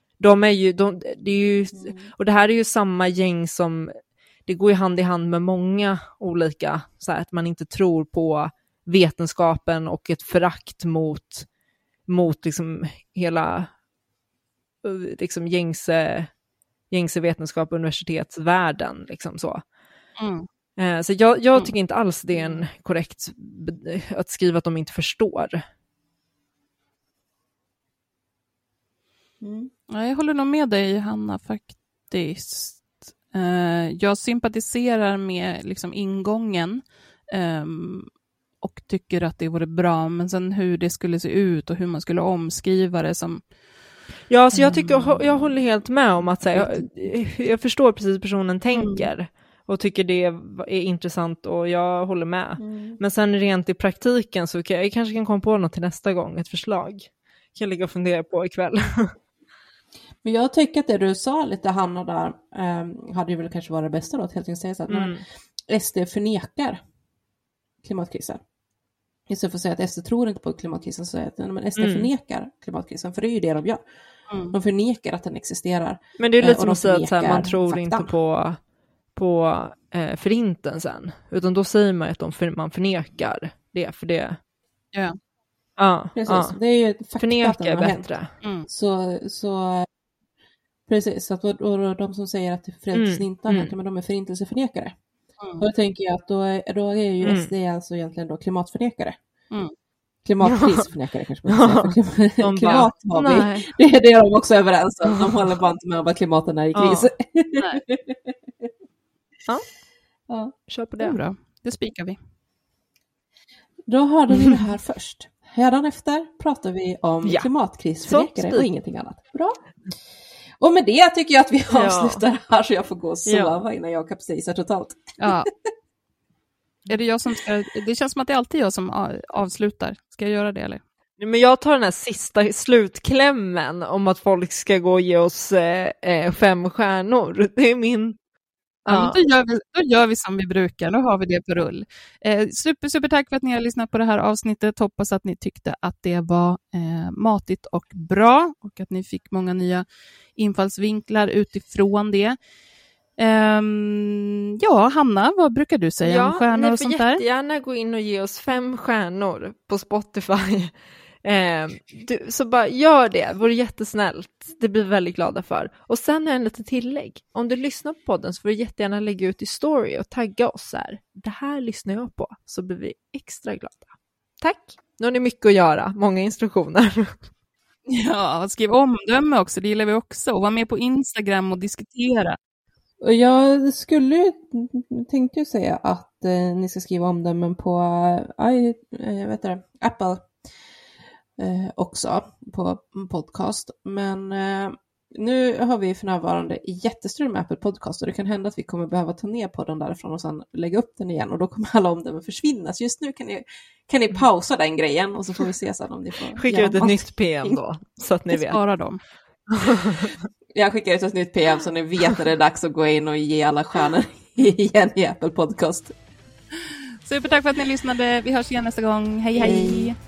[SPEAKER 9] Och det här är ju samma gäng som... Det går ju hand i hand med många olika, så här, att man inte tror på vetenskapen och ett förakt mot hela gängse vetenskap och universitetsvärlden så. Så jag tycker inte alls det är en korrekt att skriva att de inte förstår.
[SPEAKER 6] Ja, jag håller nog med dig, Hanna, faktiskt. Jag sympatiserar med ingången och tycker att det vore bra, men sen hur det skulle se ut och hur man skulle omskriva det som...
[SPEAKER 9] Ja, så jag håller helt med om att jag förstår precis hur personen tänker och tycker det är intressant och jag håller med. Men sen rent i praktiken så jag kanske kan komma på något till nästa gång, ett förslag. Kan jag ligga och fundera på ikväll.
[SPEAKER 10] Men jag tycker att det du sa lite, Hanna, där hade ju väl kanske varit det bästa då, att helt enkelt säga så att SD förnekar klimatkrisen. Istället för att säga att SD tror inte på klimatkrisen, så säger att SD förnekar klimatkrisen, för det är ju det de gör. De förnekar att den existerar.
[SPEAKER 9] Men det är lite som att säga att man tror fakta. Inte på förintelsen, utan då säger man att man förnekar det, för det...
[SPEAKER 10] Ja, precis. Det är ju
[SPEAKER 9] förneka är bättre.
[SPEAKER 10] Så precis, så att och de som säger att förintelsen inte har hänt, men de är förintelseförnekare. Och då tänker jag att då är ju SD alltså egentligen då klimatförnekare. Klimatkrisförnekare kanske man ska säga. Klimat har vi. Det är det de också är överens om. De håller bara inte med om att klimaten är i kris.
[SPEAKER 9] Ja, kör på det.
[SPEAKER 6] Det är bra. Det spikar vi.
[SPEAKER 10] Då hörde vi det här först. Hädanefter pratar vi om klimatkrisförnekare och ingenting annat. Bra. Och med det tycker jag att vi avslutar här, så jag får gå och sova innan jag kapsejsar totalt.
[SPEAKER 6] Ja. Är det jag som ska... Det känns som att det är alltid jag som avslutar. Ska jag göra det, eller?
[SPEAKER 9] Men jag tar den här sista slutklämmen om att folk ska gå och ge oss 5 stjärnor. Det är min...
[SPEAKER 6] Ja, då gör vi som vi brukar. Då har vi det på rull. Super tack för att ni har lyssnat på det här avsnittet. Hoppas att ni tyckte att det var matigt och bra. Och att ni fick många nya infallsvinklar utifrån det. Hanna, vad brukar du säga om stjärnor och sånt där?
[SPEAKER 9] Jättegärna gå in och ge oss 5 stjärnor på Spotify. Så bara gör det, vore jättesnällt. Det blir vi väldigt glada för. Och sen har jag en liten tillägg. Om du lyssnar på podden så får du jättegärna lägga ut i story och tagga oss här. Det här lyssnar jag på, så blir vi extra glada. Tack, nu har ni mycket att göra. Många instruktioner.
[SPEAKER 6] Ja, skriv omdöme också, det gillar vi också. Och var med på Instagram och diskutera.
[SPEAKER 10] Och jag tänkte ju säga att ni ska skriva omdömen på Apple också på podcast. Men nu har vi för närvarande jättestrul med Apple Podcast, och det kan hända att vi kommer behöva ta ner podden därifrån och sen lägga upp den igen, och då kommer alla omdömen försvinna. Så just nu kan ni pausa den grejen, och så får vi se sen om ni får
[SPEAKER 9] skicka ut ett nytt PM då, så att ni vet.
[SPEAKER 6] Spara dem.
[SPEAKER 10] Jag skickar ut ett nytt PM så ni vet när det är dags att gå in och ge alla stjärnor igen i Apple Podcast.
[SPEAKER 6] Supertack för att ni lyssnade. Vi hörs igen nästa gång. Hej hej!